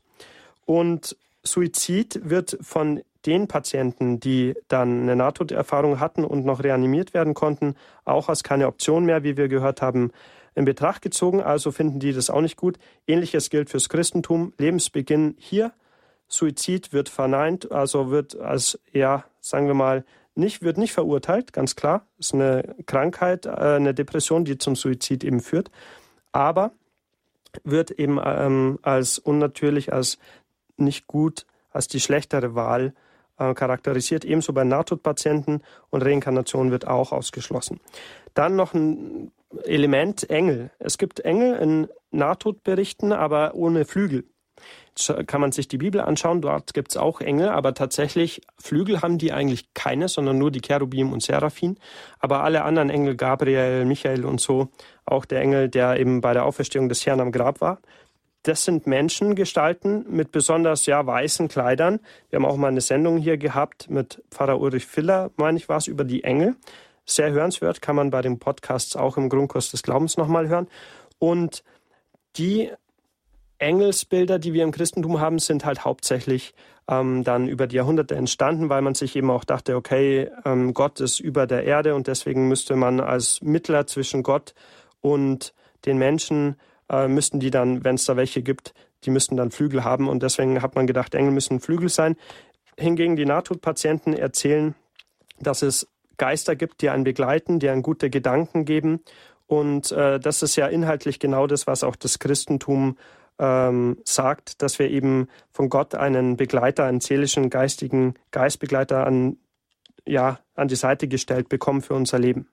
Und Suizid wird von den Patienten, die dann eine Nahtoderfahrung hatten und noch reanimiert werden konnten, auch als keine Option mehr, wie wir gehört haben, in Betracht gezogen. Also finden die das auch nicht gut. Ähnliches gilt fürs Christentum. Lebensbeginn hier. Suizid wird verneint, also wird als, ja, sagen wir mal, wird nicht verurteilt, ganz klar. Das ist eine Krankheit, eine Depression, die zum Suizid eben führt. Aber wird eben als unnatürlich, als nicht gut, als die schlechtere Wahl charakterisiert. Ebenso bei Nahtodpatienten und Reinkarnation wird auch ausgeschlossen. Dann noch ein Element Engel. Es gibt Engel in Nahtodberichten, aber ohne Flügel. Jetzt kann man sich die Bibel anschauen, dort gibt es auch Engel, aber tatsächlich Flügel haben die eigentlich keine, sondern nur die Cherubim und Seraphim. Aber alle anderen Engel, Gabriel, Michael und so, auch der Engel, der eben bei der Auferstehung des Herrn am Grab war, das sind Menschengestalten mit besonders weißen Kleidern. Wir haben auch mal eine Sendung hier gehabt mit Pfarrer Ulrich Filler, meine ich war es, über die Engel. Sehr hörenswert, kann man bei den Podcasts auch im Grundkurs des Glaubens nochmal hören. Und die Engelsbilder, die wir im Christentum haben, sind halt hauptsächlich dann über die Jahrhunderte entstanden, weil man sich eben auch dachte, okay, Gott ist über der Erde und deswegen müsste man als Mittler zwischen Gott und den Menschen, müssten die dann, wenn es da welche gibt, die müssten dann Flügel haben und deswegen hat man gedacht, Engel müssen Flügel sein. Hingegen die Nahtodpatienten erzählen, dass es Geister gibt, die einen begleiten, die einen gute Gedanken geben und das ist ja inhaltlich genau das, was auch das Christentum sagt, dass wir eben von Gott einen Begleiter, einen seelischen, geistigen Geistbegleiter an die Seite gestellt bekommen für unser Leben.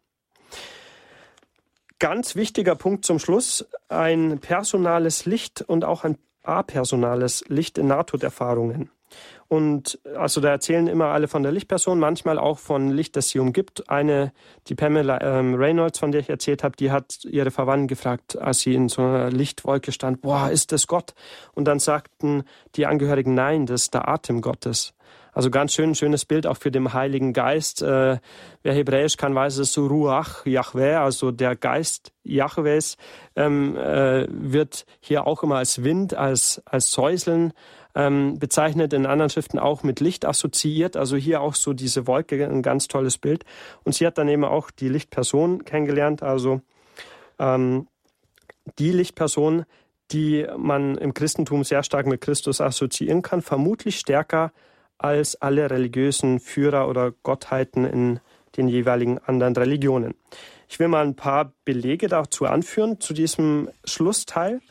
Ganz wichtiger Punkt zum Schluss, ein personales Licht und auch ein apersonales Licht in Nahtoderfahrungen. Und also da erzählen immer alle von der Lichtperson, manchmal auch von Licht, das sie umgibt. Die Pamela Reynolds, von der ich erzählt habe, die hat ihre Verwandten gefragt, als sie in so einer Lichtwolke stand, boah, ist das Gott? Und dann sagten die Angehörigen, nein, das ist der Atem Gottes. Also ganz schönes Bild auch für den Heiligen Geist. Wer Hebräisch kann, weiß es, so Ruach Yahweh, also der Geist Jahwes, wird hier auch immer als Wind, als Säuseln bezeichnet, in anderen Schriften auch mit Licht assoziiert. Also hier auch so diese Wolke, ein ganz tolles Bild. Und sie hat dann eben auch die Lichtperson kennengelernt, also die Lichtperson, die man im Christentum sehr stark mit Christus assoziieren kann, vermutlich stärker als alle religiösen Führer oder Gottheiten in den jeweiligen anderen Religionen. Ich will mal ein paar Belege dazu anführen, zu diesem Schlussteil.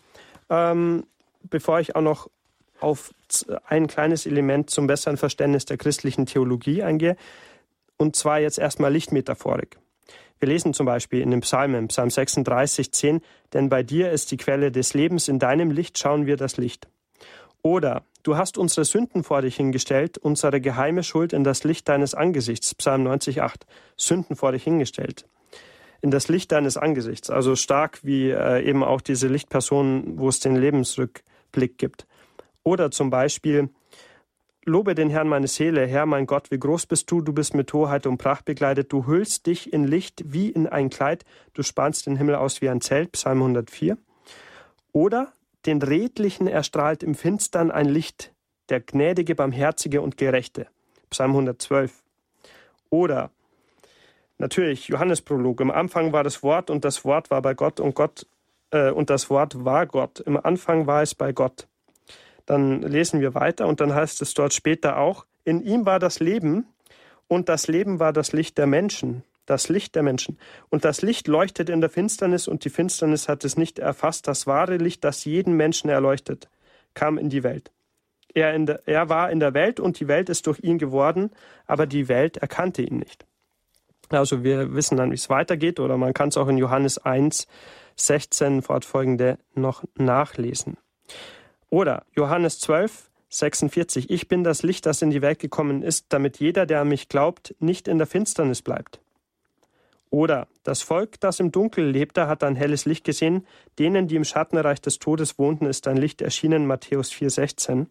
bevor ich auch noch auf ein kleines Element zum besseren Verständnis der christlichen Theologie eingehe. Und zwar jetzt erstmal Lichtmetaphorik. Wir lesen zum Beispiel in den Psalmen, Psalm 36, 10, denn bei dir ist die Quelle des Lebens, in deinem Licht schauen wir das Licht. Oder, du hast unsere Sünden vor dich hingestellt, unsere geheime Schuld in das Licht deines Angesichts, Psalm 90, 8, Sünden vor dich hingestellt. In das Licht deines Angesichts, also stark wie eben auch diese Lichtpersonen, wo es den Lebensrückblick gibt. Oder zum Beispiel, lobe den Herrn meine Seele, Herr mein Gott, wie groß bist du bist mit Hoheit und Pracht bekleidet, du hüllst dich in Licht wie in ein Kleid, du spannst den Himmel aus wie ein Zelt, Psalm 104. Oder, den Redlichen erstrahlt im Finstern ein Licht, der Gnädige, Barmherzige und Gerechte, Psalm 112. Oder, natürlich, Johannesprolog, im Anfang war das Wort und das Wort war bei Gott und das Wort war Gott, im Anfang war es bei Gott. Dann lesen wir weiter und dann heißt es dort später auch, in ihm war das Leben und das Leben war das Licht der Menschen, das Licht der Menschen. Und das Licht leuchtet in der Finsternis und die Finsternis hat es nicht erfasst. Das wahre Licht, das jeden Menschen erleuchtet, kam in die Welt. Er war in der Welt und die Welt ist durch ihn geworden, aber die Welt erkannte ihn nicht. Also wir wissen dann, wie es weitergeht oder man kann es auch in Johannes 1, 16 fortfolgende noch nachlesen. Oder Johannes 12, 46. Ich bin das Licht, das in die Welt gekommen ist, damit jeder, der an mich glaubt, nicht in der Finsternis bleibt. Oder das Volk, das im Dunkel lebte, hat ein helles Licht gesehen. Denen, die im Schattenreich des Todes wohnten, ist ein Licht erschienen. Matthäus 4, 16.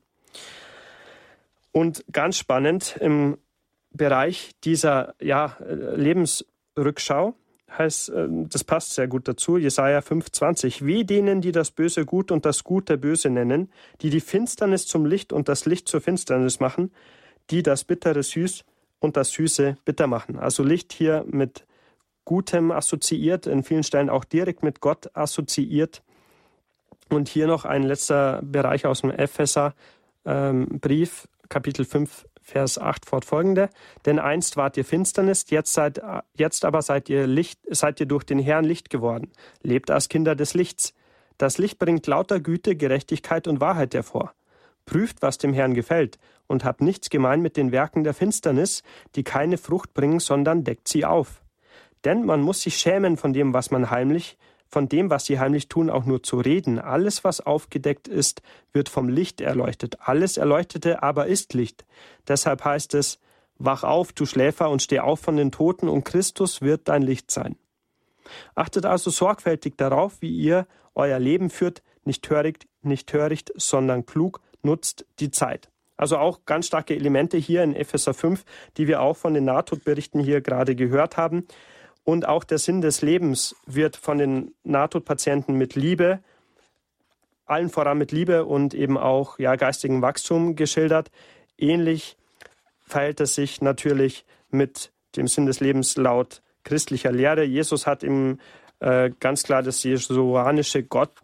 Und ganz spannend im Bereich dieser Lebensrückschau heißt, das passt sehr gut dazu, Jesaja 5,20. Weh denen, die das Böse gut und das Gute böse nennen, die die Finsternis zum Licht und das Licht zur Finsternis machen, die das Bittere süß und das Süße bitter machen. Also Licht hier mit Gutem assoziiert, in vielen Stellen auch direkt mit Gott assoziiert. Und hier noch ein letzter Bereich aus dem Epheser-Brief, Kapitel 5, Vers 8 fortfolgende. Denn einst wart ihr Finsternis, jetzt aber seid ihr durch den Herrn Licht geworden. Lebt als Kinder des Lichts. Das Licht bringt lauter Güte, Gerechtigkeit und Wahrheit hervor. Prüft, was dem Herrn gefällt, und habt nichts gemein mit den Werken der Finsternis, die keine Frucht bringen, sondern deckt sie auf. Denn man muss sich schämen von dem, was sie heimlich tun, auch nur zu reden. Alles, was aufgedeckt ist, wird vom Licht erleuchtet. Alles Erleuchtete aber ist Licht. Deshalb heißt es, wach auf, du Schläfer, und steh auf von den Toten, und Christus wird dein Licht sein. Achtet also sorgfältig darauf, wie ihr euer Leben führt, nicht töricht, sondern klug, nutzt die Zeit. Also auch ganz starke Elemente hier in Epheser 5, die wir auch von den Nahtodberichten hier gerade gehört haben. Und auch der Sinn des Lebens wird von den Nahtodpatienten mit Liebe, allen voran mit Liebe und eben auch geistigem Wachstum geschildert. Ähnlich verhält es sich natürlich mit dem Sinn des Lebens laut christlicher Lehre. Jesus hat im ganz klar das jesuanische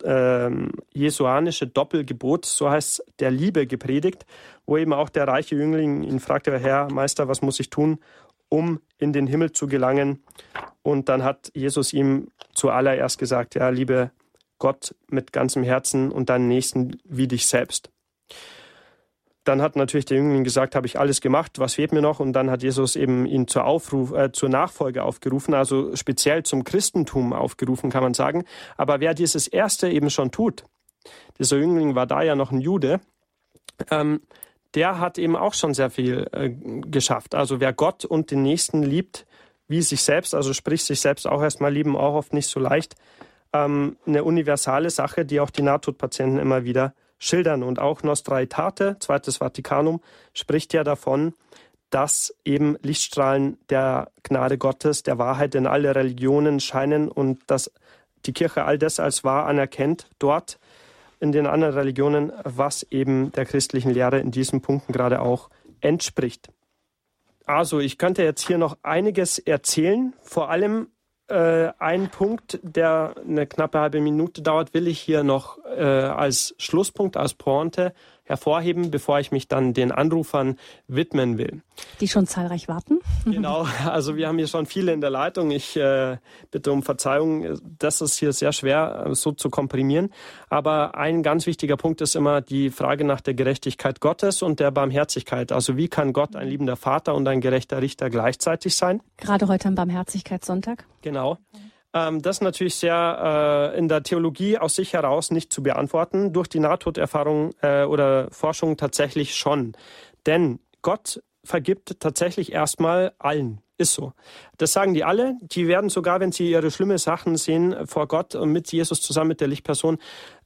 Doppelgebot, so heißt es, der Liebe gepredigt, wo eben auch der reiche Jüngling ihn fragte, Herr, Meister, was muss ich tun, um in den Himmel zu gelangen? Und dann hat Jesus ihm zuallererst gesagt, ja, liebe Gott mit ganzem Herzen und deinen Nächsten wie dich selbst. Dann hat natürlich der Jüngling gesagt, habe ich alles gemacht, was fehlt mir noch? Und dann hat Jesus eben ihn zur Nachfolge aufgerufen, also speziell zum Christentum aufgerufen, kann man sagen. Aber wer dieses Erste eben schon tut, dieser Jüngling war da ja noch ein Jude, der hat eben auch schon sehr viel geschafft. Also wer Gott und den Nächsten liebt, wie sich selbst, also sprich sich selbst auch erstmal lieben, auch oft nicht so leicht, eine universale Sache, die auch die Nahtodpatienten immer wieder schildern. Und auch Nostra Aetate, Zweites Vatikanum, spricht ja davon, dass eben Lichtstrahlen der Gnade Gottes, der Wahrheit in alle Religionen scheinen und dass die Kirche all das als wahr anerkennt, dort in den anderen Religionen, was eben der christlichen Lehre in diesen Punkten gerade auch entspricht. Also ich könnte jetzt hier noch einiges erzählen, vor allem ein Punkt, der eine knappe halbe Minute dauert, will ich hier noch als Schlusspunkt, als Pointe hervorheben, bevor ich mich dann den Anrufern widmen will. Die schon zahlreich warten. Genau, also wir haben hier schon viele in der Leitung. Ich bitte um Verzeihung, das ist hier sehr schwer so zu komprimieren. Aber ein ganz wichtiger Punkt ist immer die Frage nach der Gerechtigkeit Gottes und der Barmherzigkeit. Also wie kann Gott ein liebender Vater und ein gerechter Richter gleichzeitig sein? Gerade heute am Barmherzigkeitssonntag. Genau. Das ist natürlich sehr in der Theologie aus sich heraus nicht zu beantworten. Durch die Nahtoderfahrung oder Forschung tatsächlich schon. Denn Gott vergibt tatsächlich erstmal allen. Ist so. Das sagen die alle. Die werden sogar, wenn sie ihre schlimmen Sachen sehen vor Gott und mit Jesus zusammen mit der Lichtperson,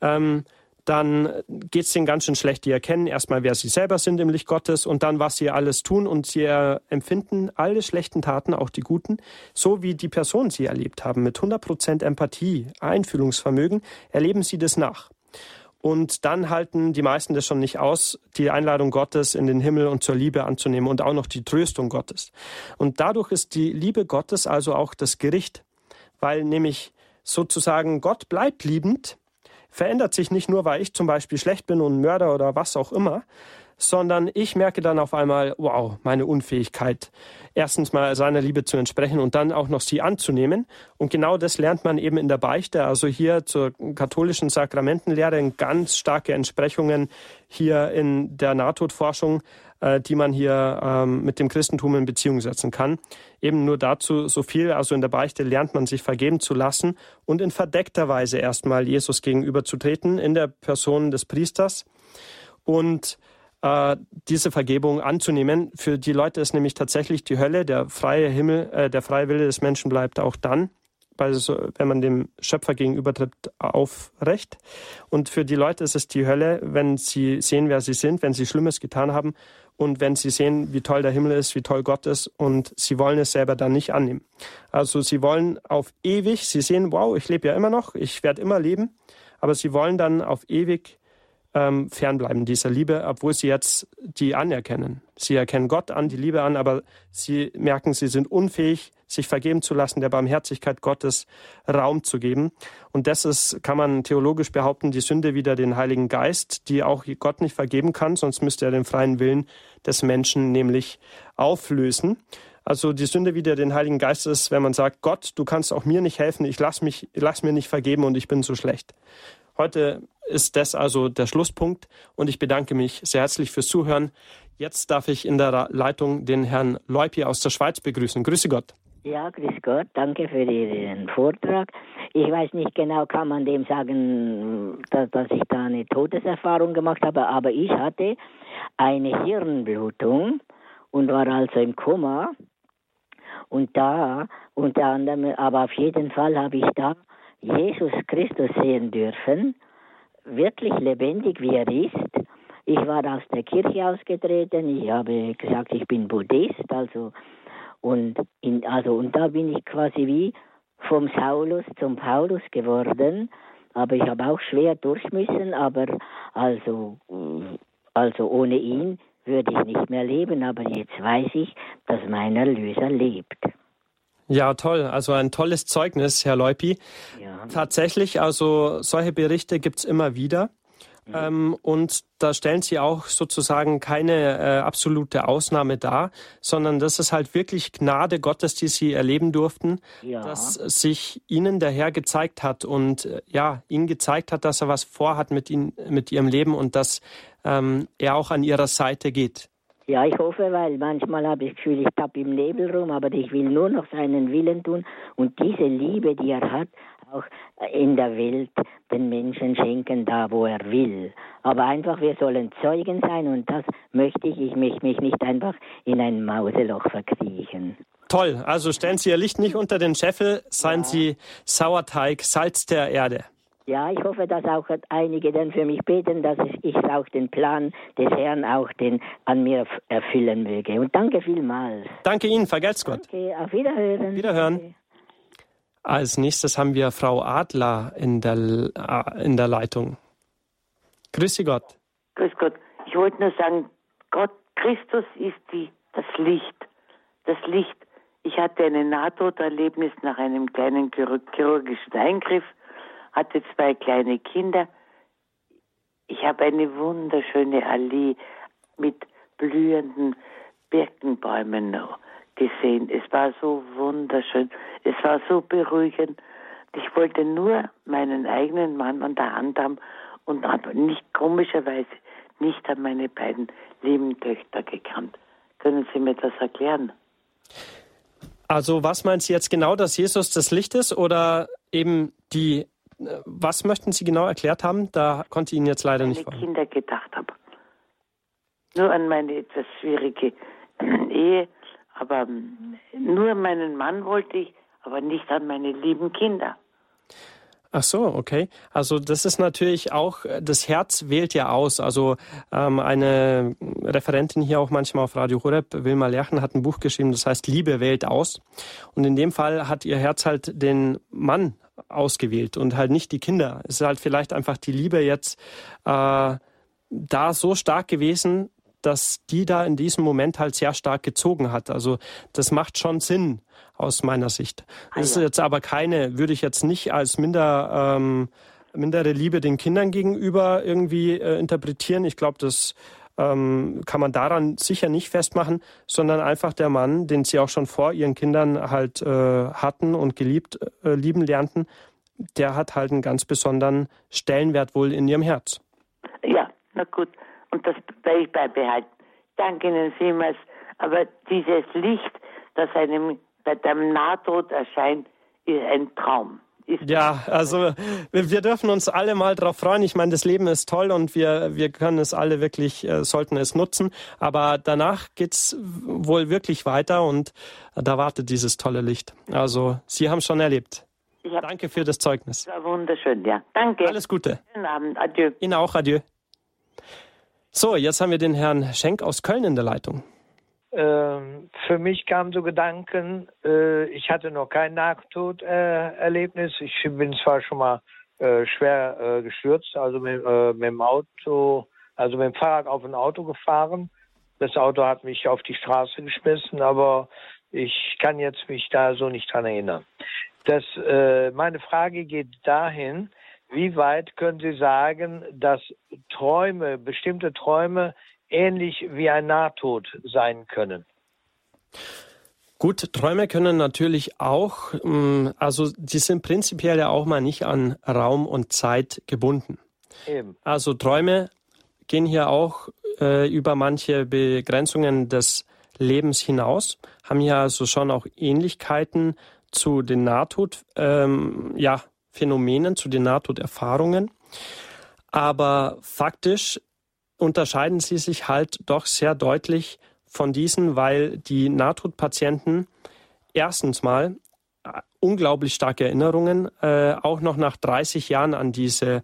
dann geht es denen ganz schön schlecht. Die erkennen erstmal, wer sie selber sind im Licht Gottes und dann, was sie alles tun. Und sie empfinden alle schlechten Taten, auch die guten, so wie die Personen sie erlebt haben. Mit 100% Empathie, Einfühlungsvermögen erleben sie das nach. Und dann halten die meisten das schon nicht aus, die Einladung Gottes in den Himmel und zur Liebe anzunehmen und auch noch die Tröstung Gottes. Und dadurch ist die Liebe Gottes also auch das Gericht, weil nämlich sozusagen Gott bleibt liebend, verändert sich nicht nur, weil ich zum Beispiel schlecht bin und Mörder oder was auch immer, sondern ich merke dann auf einmal, wow, meine Unfähigkeit, erstens mal seiner Liebe zu entsprechen und dann auch noch sie anzunehmen. Und genau das lernt man eben in der Beichte, also hier zur katholischen Sakramentenlehre, in ganz starke Entsprechungen hier in der Nahtodforschung, die man hier mit dem Christentum in Beziehung setzen kann. Eben nur dazu so viel, also in der Beichte lernt man sich vergeben zu lassen und in verdeckter Weise erstmal Jesus gegenüberzutreten, in der Person des Priesters und diese Vergebung anzunehmen. Für die Leute ist nämlich tatsächlich die Hölle, der freie Himmel, der freie Wille des Menschen bleibt auch dann, wenn man dem Schöpfer gegenübertritt, aufrecht. Und für die Leute ist es die Hölle, wenn sie sehen, wer sie sind, wenn sie Schlimmes getan haben und wenn sie sehen, wie toll der Himmel ist, wie toll Gott ist und sie wollen es selber dann nicht annehmen. Also sie wollen auf ewig, sie sehen, wow, ich lebe ja immer noch, ich werde immer leben, aber sie wollen dann auf ewig fernbleiben dieser Liebe, obwohl sie jetzt die anerkennen. Sie erkennen Gott an, die Liebe an, aber sie merken, sie sind unfähig, sich vergeben zu lassen, der Barmherzigkeit Gottes Raum zu geben. Und das ist, kann man theologisch behaupten, die Sünde wider den Heiligen Geist, die auch Gott nicht vergeben kann, sonst müsste er den freien Willen des Menschen nämlich auflösen. Also die Sünde wider den Heiligen Geist ist, wenn man sagt, Gott, du kannst auch mir nicht helfen, ich lass mir nicht vergeben und ich bin so schlecht. Heute ist das also der Schlusspunkt und ich bedanke mich sehr herzlich fürs Zuhören. Jetzt darf ich in der Leitung den Herrn Leupi aus der Schweiz begrüßen. Grüße Gott. Ja, grüß Gott, danke für Ihren Vortrag. Ich weiß nicht genau, kann man dem sagen, dass ich da eine Todeserfahrung gemacht habe, aber ich hatte eine Hirnblutung und war also im Koma. Und da, unter anderem, aber auf jeden Fall habe ich da Jesus Christus sehen dürfen, wirklich lebendig, wie er ist. Ich war aus der Kirche ausgetreten, ich habe gesagt, ich bin Buddhist, und da bin ich quasi wie vom Saulus zum Paulus geworden, aber ich habe auch schwer durch müssen, aber also ohne ihn würde ich nicht mehr leben, aber jetzt weiß ich, dass mein Erlöser lebt. Ja, toll. Also ein tolles Zeugnis, Herr Leupi. Ja. Tatsächlich, also solche Berichte gibt's immer wieder. Und da stellen Sie auch sozusagen keine absolute Ausnahme dar, sondern das ist halt wirklich Gnade Gottes, die Sie erleben durften, dass sich Ihnen der Herr gezeigt hat und Ihnen gezeigt hat, dass er was vorhat mit Ihrem Leben und dass er auch an Ihrer Seite geht. Ja, ich hoffe, weil manchmal habe ich das Gefühl, ich tappe im Nebel rum, aber ich will nur noch seinen Willen tun und diese Liebe, die er hat, auch in der Welt den Menschen schenken, da wo er will. Aber einfach, wir sollen Zeugen sein und das möchte ich. Ich möchte mich nicht einfach in ein Mauseloch verkriechen. Toll, also stellen Sie Ihr Licht nicht unter den Scheffel, seien Sie Sauerteig, Salz der Erde. Ja, ich hoffe, dass auch einige dann für mich beten, dass ich auch den Plan des Herrn auch an mir erfüllen möge. Und danke vielmals. Danke Ihnen, vergelt's Gott. Danke, auf Wiederhören. Wiederhören. Als nächstes haben wir Frau Adler in der Leitung. Grüße Gott. Grüß Gott. Ich wollte nur sagen, Christus ist das Licht. Das Licht. Ich hatte ein Nahtoderlebnis nach einem kleinen chirurgischen Eingriff, hatte 2 kleine Kinder. Ich habe eine wunderschöne Allee mit blühenden Birkenbäumen gesehen. Es war so wunderschön. Es war so beruhigend. Ich wollte nur meinen eigenen Mann an der Hand haben und habe nicht, komischerweise, nicht an meine beiden lieben Töchter gekannt. Können Sie mir das erklären? Also was meinen Sie jetzt genau, dass Jesus das Licht ist oder eben was möchten Sie genau erklärt haben? Da konnte ich Ihnen jetzt leider nicht folgen. Kinder gedacht habe. Nur an meine etwas schwierige Ehe, aber nur meinen Mann wollte ich, aber nicht an meine lieben Kinder. Ach so, okay. Also das ist natürlich auch, das Herz wählt ja aus. Also eine Referentin hier auch manchmal auf Radio Horeb, Wilma Lerchen, hat ein Buch geschrieben, das heißt Liebe wählt aus. Und in dem Fall hat ihr Herz halt den Mann ausgewählt und halt nicht die Kinder. Es ist halt vielleicht einfach die Liebe jetzt da so stark gewesen, dass die da in diesem Moment halt sehr stark gezogen hat. Also das macht schon Sinn aus meiner Sicht. Das ist jetzt aber würde ich jetzt nicht als mindere Liebe den Kindern gegenüber irgendwie interpretieren. Ich glaube, das kann man daran sicher nicht festmachen, sondern einfach der Mann, den sie auch schon vor ihren Kindern halt hatten und lieben lernten, der hat halt einen ganz besonderen Stellenwert wohl in ihrem Herz. Ja, na gut. Und das werde ich beibehalten. Danke Ihnen vielmals. Aber dieses Licht, das einem bei dem Nahtod erscheint, ist ein Traum. Ja, also wir dürfen uns alle mal drauf freuen. Ich meine, das Leben ist toll und wir können es alle wirklich, sollten es nutzen. Aber danach geht's wohl wirklich weiter und da wartet dieses tolle Licht. Also Sie haben schon erlebt. Danke für das Zeugnis. Das war wunderschön, ja. Danke. Alles Gute. Schönen Abend. Adieu. Ihnen auch. Adieu. So, jetzt haben wir den Herrn Schenk aus Köln in der Leitung. Für mich kamen so Gedanken, ich hatte noch kein Nahtoderlebnis. Ich bin zwar schon mal schwer gestürzt, also mit dem Auto, also mit dem Fahrrad auf ein Auto gefahren. Das Auto hat mich auf die Straße geschmissen, aber ich kann jetzt mich da so nicht dran erinnern. Meine Frage geht dahin, wie weit können Sie sagen, dass bestimmte Träume ähnlich wie ein Nahtod sein können? Gut, Träume können natürlich auch, also die sind prinzipiell ja auch mal nicht an Raum und Zeit gebunden. Eben. Also Träume gehen hier auch über manche Begrenzungen des Lebens hinaus, haben hier also schon auch Ähnlichkeiten zu den Phänomenen, zu den Nahtoderfahrungen. Aber faktisch unterscheiden sie sich halt doch sehr deutlich von diesen, weil die Nahtodpatienten erstens mal unglaublich starke Erinnerungen auch noch nach 30 Jahren an diese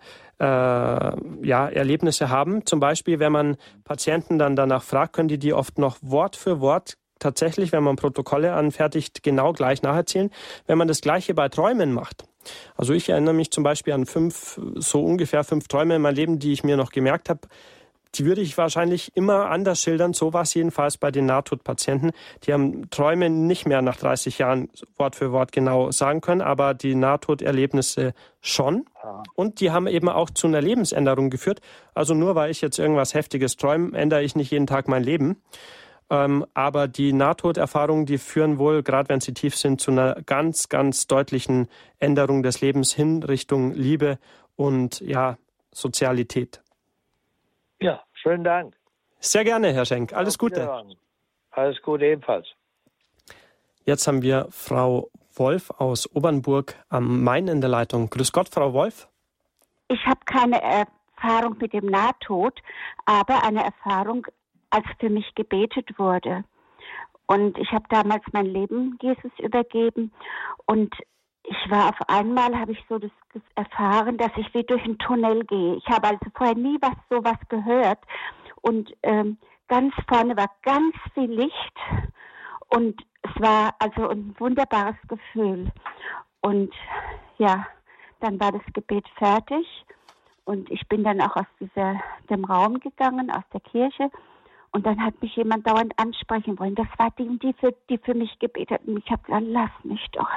Erlebnisse haben. Zum Beispiel, wenn man Patienten dann danach fragt, können die oft noch Wort für Wort tatsächlich, wenn man Protokolle anfertigt, genau gleich nacherzählen. Wenn man das Gleiche bei Träumen macht. Also ich erinnere mich zum Beispiel an so ungefähr 5 Träume in meinem Leben, die ich mir noch gemerkt habe. Die würde ich wahrscheinlich immer anders schildern. So war es jedenfalls bei den Nahtodpatienten. Die haben Träume nicht mehr nach 30 Jahren Wort für Wort genau sagen können, aber die Nahtoderlebnisse schon. Und die haben eben auch zu einer Lebensänderung geführt. Also nur weil ich jetzt irgendwas Heftiges träume, ändere ich nicht jeden Tag mein Leben. Aber die Nahtoderfahrungen, die führen wohl, gerade wenn sie tief sind, zu einer ganz, ganz deutlichen Änderung des Lebens hin Richtung Liebe und Sozialität. Ja, schönen Dank. Sehr gerne, Herr Schenk. Alles Gute. Alles Gute ebenfalls. Jetzt haben wir Frau Wolf aus Obernburg am Main in der Leitung. Grüß Gott, Frau Wolf. Ich habe keine Erfahrung mit dem Nahtod, aber eine Erfahrung, als für mich gebetet wurde. Und ich habe damals mein Leben Jesus übergeben und ich war auf einmal, habe ich so das erfahren, dass ich wie durch einen Tunnel gehe. Ich habe also vorher nie sowas gehört und ganz vorne war ganz viel Licht und es war also ein wunderbares Gefühl. Und ja, dann war das Gebet fertig und ich bin dann auch aus dem Raum gegangen, aus der Kirche. Und dann hat mich jemand dauernd ansprechen wollen. Das war die für mich gebetet hat. Und ich habe gesagt, lass mich doch.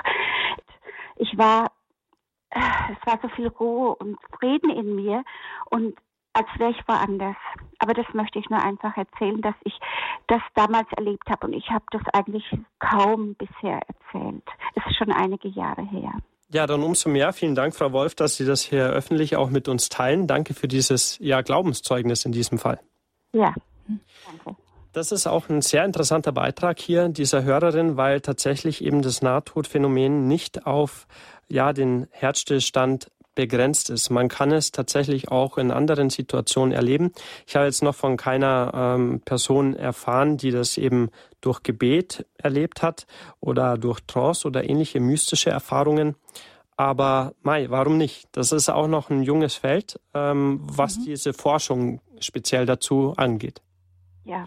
Es war so viel Ruhe und Frieden in mir. Und als wäre ich woanders. Aber das möchte ich nur einfach erzählen, dass ich das damals erlebt habe. Und ich habe das eigentlich kaum bisher erzählt. Es ist schon einige Jahre her. Ja, dann umso mehr. Vielen Dank, Frau Wolf, dass Sie das hier öffentlich auch mit uns teilen. Danke für dieses Glaubenszeugnis in diesem Fall. Ja, danke. Das ist auch ein sehr interessanter Beitrag hier dieser Hörerin, weil tatsächlich eben das Nahtodphänomen nicht auf den Herzstillstand begrenzt ist. Man kann es tatsächlich auch in anderen Situationen erleben. Ich habe jetzt noch von keiner Person erfahren, die das eben durch Gebet erlebt hat oder durch Trance oder ähnliche mystische Erfahrungen. Aber warum nicht? Das ist auch noch ein junges Feld, was diese Forschung speziell dazu angeht. Ja.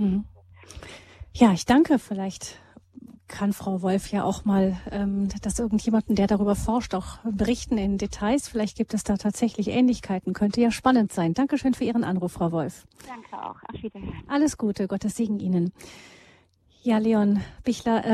Ja, ich danke. Vielleicht kann Frau Wolf ja auch mal das irgendjemanden, der darüber forscht, auch berichten in Details. Vielleicht gibt es da tatsächlich Ähnlichkeiten. Könnte ja spannend sein. Dankeschön für Ihren Anruf, Frau Wolf. Danke auch. Auf Wiedersehen. Alles Gute. Gottes Segen Ihnen. Ja, Leon Bichler,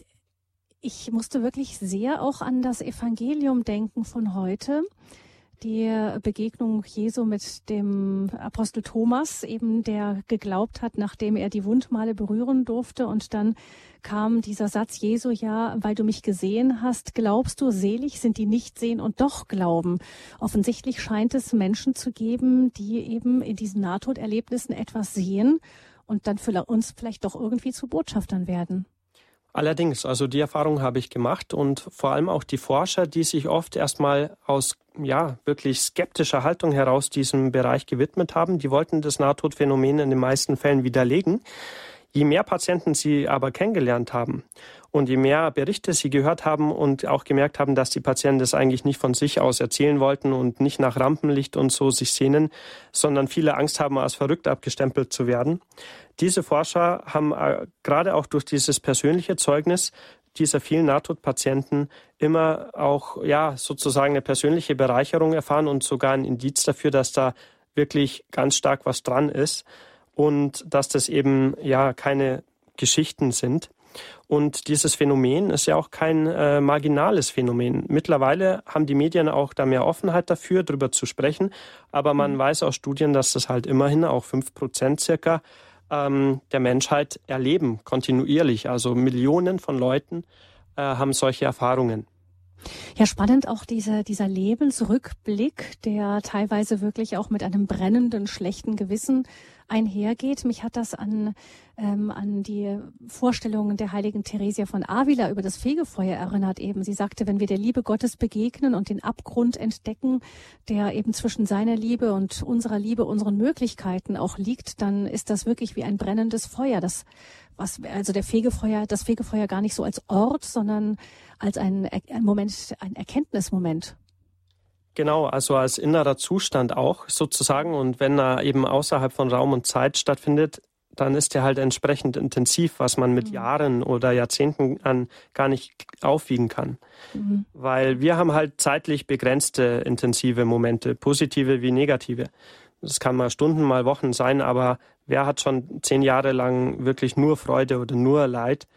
ich musste wirklich sehr auch an das Evangelium denken von heute. Die Begegnung Jesu mit dem Apostel Thomas, eben der geglaubt hat, nachdem er die Wundmale berühren durfte. Und dann kam dieser Satz Jesu, ja, weil du mich gesehen hast, glaubst du, selig sind die nicht sehen und doch glauben. Offensichtlich scheint es Menschen zu geben, die eben in diesen Nahtoderlebnissen etwas sehen und dann für uns vielleicht doch irgendwie zu Botschaftern werden. Allerdings, also die Erfahrung habe ich gemacht und vor allem auch die Forscher, die sich oft erstmal aus wirklich skeptischer Haltung heraus diesem Bereich gewidmet haben, die wollten das Nahtodphänomen in den meisten Fällen widerlegen. Je mehr Patienten sie aber kennengelernt haben und je mehr Berichte sie gehört haben und auch gemerkt haben, dass die Patienten das eigentlich nicht von sich aus erzählen wollten und nicht nach Rampenlicht und so sich sehnen, sondern viele Angst haben, als verrückt abgestempelt zu werden. Diese Forscher haben gerade auch durch dieses persönliche Zeugnis dieser vielen Nahtodpatienten immer auch sozusagen eine persönliche Bereicherung erfahren und sogar ein Indiz dafür, dass da wirklich ganz stark was dran ist und dass das eben keine Geschichten sind. Und dieses Phänomen ist ja auch kein marginales Phänomen. Mittlerweile haben die Medien auch da mehr Offenheit dafür, darüber zu sprechen. Aber man weiß aus Studien, dass das halt immerhin auch 5% circa der Menschheit erleben, kontinuierlich. Also Millionen von Leuten haben solche Erfahrungen. Ja, spannend auch dieser Lebensrückblick, der teilweise wirklich auch mit einem brennenden, schlechten Gewissen einhergeht. Mich hat das an die Vorstellungen der heiligen Theresia von Avila über das Fegefeuer erinnert eben. Sie sagte, wenn wir der Liebe Gottes begegnen und den Abgrund entdecken, der eben zwischen seiner Liebe und unserer Liebe, unseren Möglichkeiten auch liegt, dann ist das wirklich wie ein brennendes Feuer. Das Fegefeuer gar nicht so als Ort, sondern als ein Moment, ein Erkenntnismoment. Genau, also als innerer Zustand auch sozusagen. Und wenn er eben außerhalb von Raum und Zeit stattfindet, dann ist er halt entsprechend intensiv, was man mit Jahren oder Jahrzehnten an gar nicht aufwiegen kann. Weil wir haben halt zeitlich begrenzte intensive Momente, positive wie negative. Das kann mal Stunden, mal Wochen sein, aber wer hat schon 10 Jahre lang wirklich nur Freude oder nur Leid?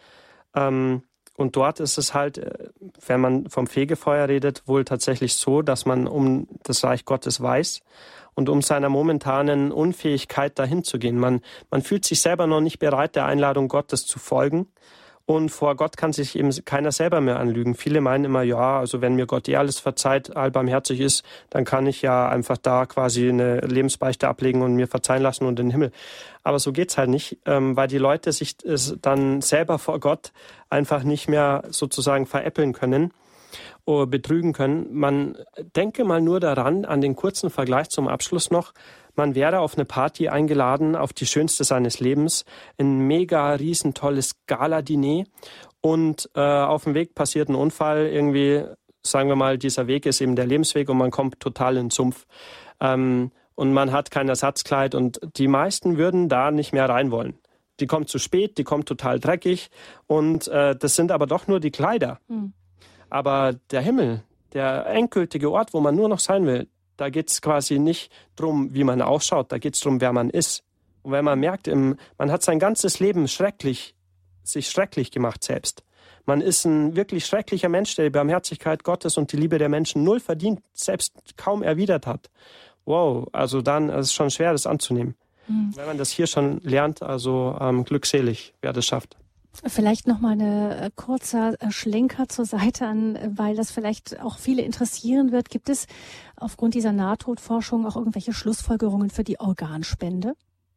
Und dort ist es halt, wenn man vom Fegefeuer redet, wohl tatsächlich so, dass man um das Reich Gottes weiß und um seiner momentanen Unfähigkeit dahin zu gehen. Man fühlt sich selber noch nicht bereit, der Einladung Gottes zu folgen. Und vor Gott kann sich eben keiner selber mehr anlügen. Viele meinen immer, also wenn mir Gott alles verzeiht, allbarmherzig ist, dann kann ich ja einfach da quasi eine Lebensbeichte ablegen und mir verzeihen lassen und in den Himmel. Aber so geht's halt nicht, weil die Leute sich dann selber vor Gott einfach nicht mehr sozusagen veräppeln können oder betrügen können. Man denke mal nur daran, an den kurzen Vergleich zum Abschluss noch. Man wäre auf eine Party eingeladen, auf die schönste seines Lebens, ein mega riesen tolles Gala-Diner und auf dem Weg passiert ein Unfall, irgendwie, sagen wir mal, dieser Weg ist eben der Lebensweg und man kommt total in den Sumpf und man hat kein Ersatzkleid und die meisten würden da nicht mehr rein wollen. Die kommt zu spät, die kommt total dreckig und das sind aber doch nur die Kleider. Aber der Himmel, der endgültige Ort, wo man nur noch sein will, da geht es quasi nicht drum, wie man ausschaut, da geht es darum, wer man ist. Und wenn man merkt, man hat sein ganzes Leben sich schrecklich gemacht selbst. Man ist ein wirklich schrecklicher Mensch, der die Barmherzigkeit Gottes und die Liebe der Menschen null verdient, selbst kaum erwidert hat. wow, also dann ist es schon schwer, das anzunehmen. Wenn man das hier schon lernt, also glückselig, wer das schafft. Vielleicht noch mal eine kurzer Schlenker zur Seite an, weil das vielleicht auch viele interessieren wird. Gibt es aufgrund dieser Nahtodforschung auch irgendwelche Schlussfolgerungen für die Organspende?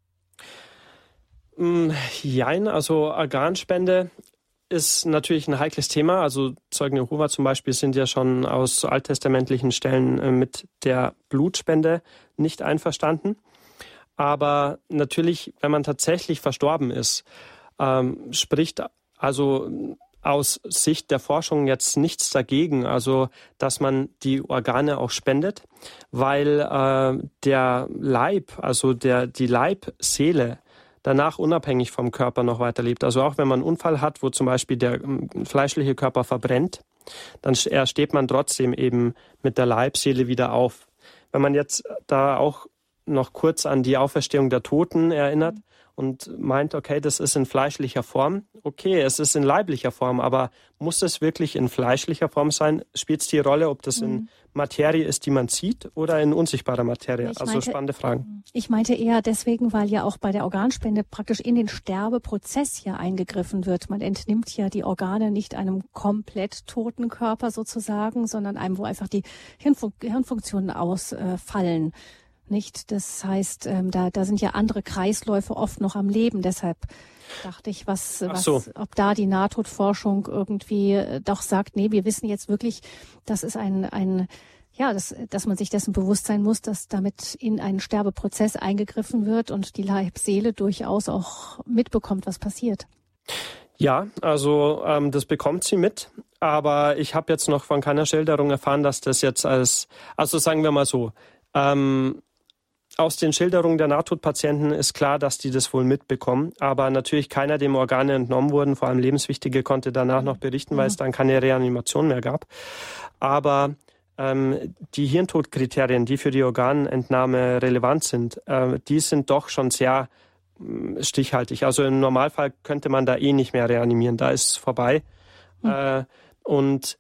Jein, also Organspende ist natürlich ein heikles Thema. Also Zeugen Jehova zum Beispiel sind ja schon aus alttestamentlichen Stellen mit der Blutspende nicht einverstanden. Aber natürlich, wenn man tatsächlich verstorben ist, spricht also aus Sicht der Forschung jetzt nichts dagegen, also dass man die Organe auch spendet, weil der Leib, also die Leibseele danach unabhängig vom Körper noch weiterlebt. Also auch wenn man einen Unfall hat, wo zum Beispiel der fleischliche Körper verbrennt, dann steht man trotzdem eben mit der Leibseele wieder auf. Wenn man jetzt da auch noch kurz an die Auferstehung der Toten erinnert und meint, okay, das ist in fleischlicher Form. Okay, es ist in leiblicher Form, aber muss es wirklich in fleischlicher Form sein? Spielt es die Rolle, ob das in Materie ist, die man sieht, oder in unsichtbarer Materie? Spannende Fragen. Ich meinte eher deswegen, weil ja auch bei der Organspende praktisch in den Sterbeprozess hier eingegriffen wird. Man entnimmt ja die Organe nicht einem komplett toten Körper sozusagen, sondern einem, wo einfach die Hirnfunktionen ausfallen. Nicht? Das heißt, da sind ja andere Kreisläufe oft noch am Leben. Deshalb dachte ich, ob da die Nahtodforschung irgendwie doch sagt, nee, wir wissen jetzt wirklich, das ist dass man sich dessen bewusst sein muss, dass damit in einen Sterbeprozess eingegriffen wird und die Leibseele durchaus auch mitbekommt, was passiert. Ja, also das bekommt sie mit. Aber ich habe jetzt noch von keiner Schilderung erfahren, dass das jetzt also sagen wir mal so, aus den Schilderungen der Nahtodpatienten ist klar, dass die das wohl mitbekommen. Aber natürlich keiner, dem Organe entnommen wurden, vor allem lebenswichtige, konnte danach noch berichten, weil es dann keine Reanimation mehr gab. Aber die Hirntodkriterien, die für die Organentnahme relevant sind, die sind doch schon sehr stichhaltig. Also im Normalfall könnte man da nicht mehr reanimieren. Da ist es vorbei. Und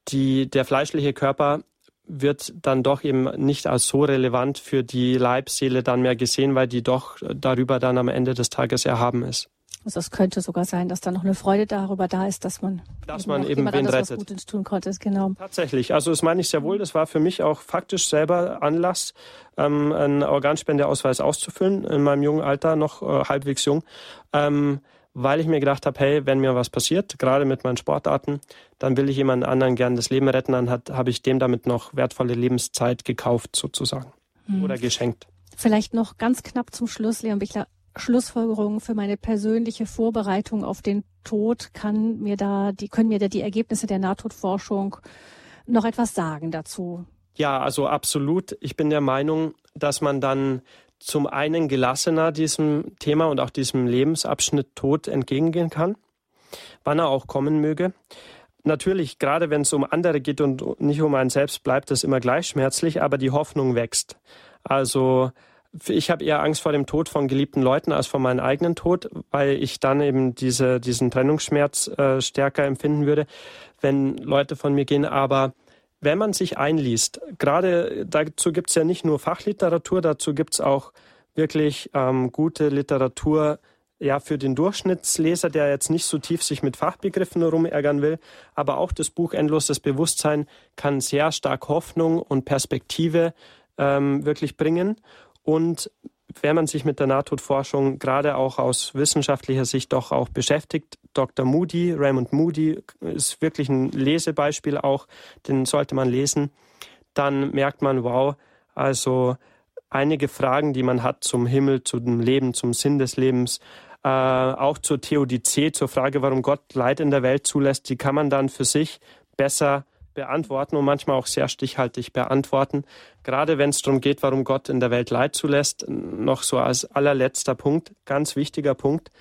der fleischliche Körper wird dann doch eben nicht als so relevant für die Leibseele dann mehr gesehen, weil die doch darüber dann am Ende des Tages erhaben ist. Also es könnte sogar sein, dass da noch eine Freude darüber da ist, dass man eben wen rettet. Was Gutes tun konnte. Genau. Tatsächlich, also das meine ich sehr wohl. Das war für mich auch faktisch selber Anlass, einen Organspendeausweis auszufüllen, in meinem jungen Alter, noch halbwegs jung. Weil ich mir gedacht habe, hey, wenn mir was passiert, gerade mit meinen Sportarten, dann will ich jemand anderen gern das Leben retten, dann habe ich dem damit noch wertvolle Lebenszeit gekauft sozusagen oder geschenkt. Vielleicht noch ganz knapp zum Schluss, Leon Bichler, Schlussfolgerungen für meine persönliche Vorbereitung auf den Tod. Können mir da die Ergebnisse der Nahtodforschung noch etwas sagen dazu? Ja, also absolut. Ich bin der Meinung, dass man dann zum einen gelassener diesem Thema und auch diesem Lebensabschnitt Tod entgegengehen kann, wann er auch kommen möge. Natürlich, gerade wenn es um andere geht und nicht um einen selbst, bleibt es immer gleich schmerzlich, aber die Hoffnung wächst. Also ich habe eher Angst vor dem Tod von geliebten Leuten als vor meinem eigenen Tod, weil ich dann eben diesen Trennungsschmerz stärker empfinden würde, wenn Leute von mir gehen. Aber wenn man sich einliest, gerade dazu gibt es ja nicht nur Fachliteratur, dazu gibt es auch wirklich gute Literatur für den Durchschnittsleser, der jetzt nicht so tief sich mit Fachbegriffen rumärgern will. Aber auch das Buch Endloses Bewusstsein kann sehr stark Hoffnung und Perspektive wirklich bringen. Und wenn man sich mit der Nahtodforschung gerade auch aus wissenschaftlicher Sicht doch auch beschäftigt, Dr. Moody, Raymond Moody, ist wirklich ein Lesebeispiel auch, den sollte man lesen, dann merkt man, wow, also einige Fragen, die man hat zum Himmel, zum Leben, zum Sinn des Lebens, auch zur Theodizee, zur Frage, warum Gott Leid in der Welt zulässt, die kann man dann für sich besser beantworten und manchmal auch sehr stichhaltig beantworten. Gerade wenn es darum geht, warum Gott in der Welt Leid zulässt, noch so als allerletzter Punkt, ganz wichtiger Punkt.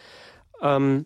In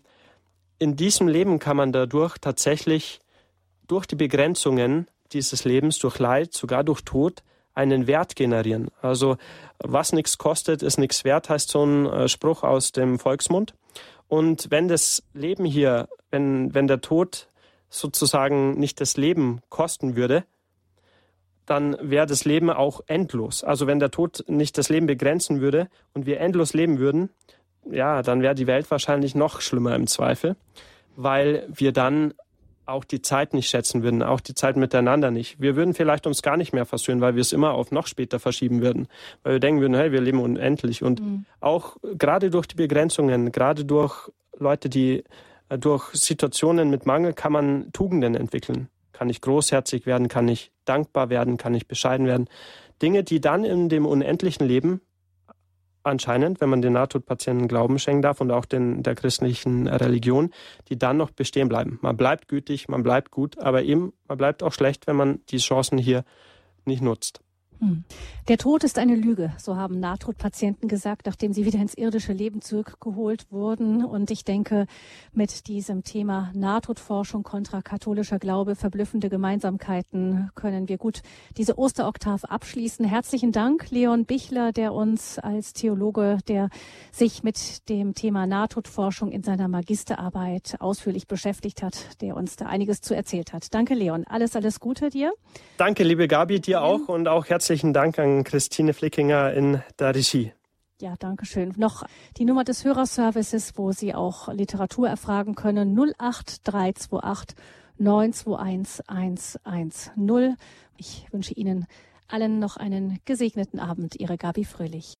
diesem Leben kann man dadurch tatsächlich durch die Begrenzungen dieses Lebens, durch Leid, sogar durch Tod, einen Wert generieren. Also was nichts kostet, ist nichts wert, heißt so ein Spruch aus dem Volksmund. Und wenn das Leben hier, wenn der Tod sozusagen nicht das Leben kosten würde, dann wäre das Leben auch endlos. Also wenn der Tod nicht das Leben begrenzen würde und wir endlos leben würden, ja, dann wäre die Welt wahrscheinlich noch schlimmer im Zweifel, weil wir dann auch die Zeit nicht schätzen würden, auch die Zeit miteinander nicht. Wir würden vielleicht uns gar nicht mehr versöhnen, weil wir es immer auf noch später verschieben würden. Weil wir denken würden, hey, wir leben unendlich. Und auch gerade durch die Begrenzungen, gerade durch Leute, die durch Situationen mit Mangel, kann man Tugenden entwickeln. Kann ich großherzig werden, kann ich dankbar werden, kann ich bescheiden werden. Dinge, die dann in dem unendlichen Leben anscheinend, wenn man den Nahtodpatienten Glauben schenken darf und auch der christlichen Religion, die dann noch bestehen bleiben. Man bleibt gütig, man bleibt gut, aber eben, man bleibt auch schlecht, wenn man die Chancen hier nicht nutzt. Der Tod ist eine Lüge, so haben Nahtodpatienten gesagt, nachdem sie wieder ins irdische Leben zurückgeholt wurden. Und ich denke, mit diesem Thema Nahtodforschung kontra katholischer Glaube, verblüffende Gemeinsamkeiten, können wir gut diese Osteroktav abschließen. Herzlichen Dank, Leon Bichler, der uns als Theologe, der sich mit dem Thema Nahtodforschung in seiner Magisterarbeit ausführlich beschäftigt hat, der uns da einiges zu erzählt hat. Danke, Leon. Alles Gute dir. Danke, liebe Gabi, dir auch und auch herzlichen Dank an Christine Flickinger in der Regie. Ja, danke schön. Noch die Nummer des Hörerservices, wo Sie auch Literatur erfragen können, 08328 921 110. Ich wünsche Ihnen allen noch einen gesegneten Abend. Ihre Gabi Fröhlich.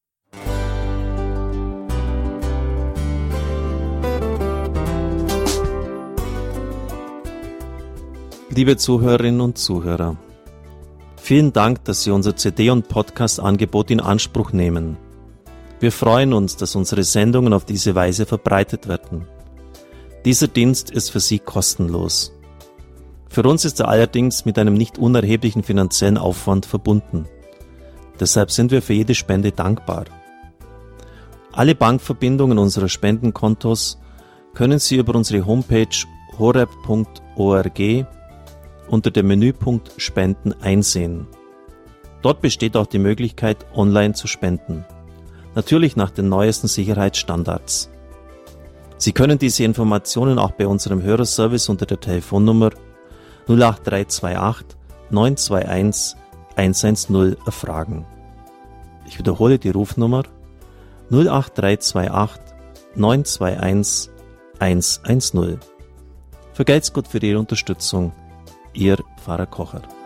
Liebe Zuhörerinnen und Zuhörer, vielen Dank, dass Sie unser CD- und Podcast-Angebot in Anspruch nehmen. Wir freuen uns, dass unsere Sendungen auf diese Weise verbreitet werden. Dieser Dienst ist für Sie kostenlos. Für uns ist er allerdings mit einem nicht unerheblichen finanziellen Aufwand verbunden. Deshalb sind wir für jede Spende dankbar. Alle Bankverbindungen unserer Spendenkontos können Sie über unsere Homepage horeb.org unter dem Menüpunkt Spenden einsehen. Dort besteht auch die Möglichkeit, online zu spenden. Natürlich nach den neuesten Sicherheitsstandards. Sie können diese Informationen auch bei unserem Hörerservice unter der Telefonnummer 08328 921 110 erfragen. Ich wiederhole die Rufnummer 08328 921 110. Vergelt's Gott für Ihre Unterstützung. Ihr Pfarrer Kocher.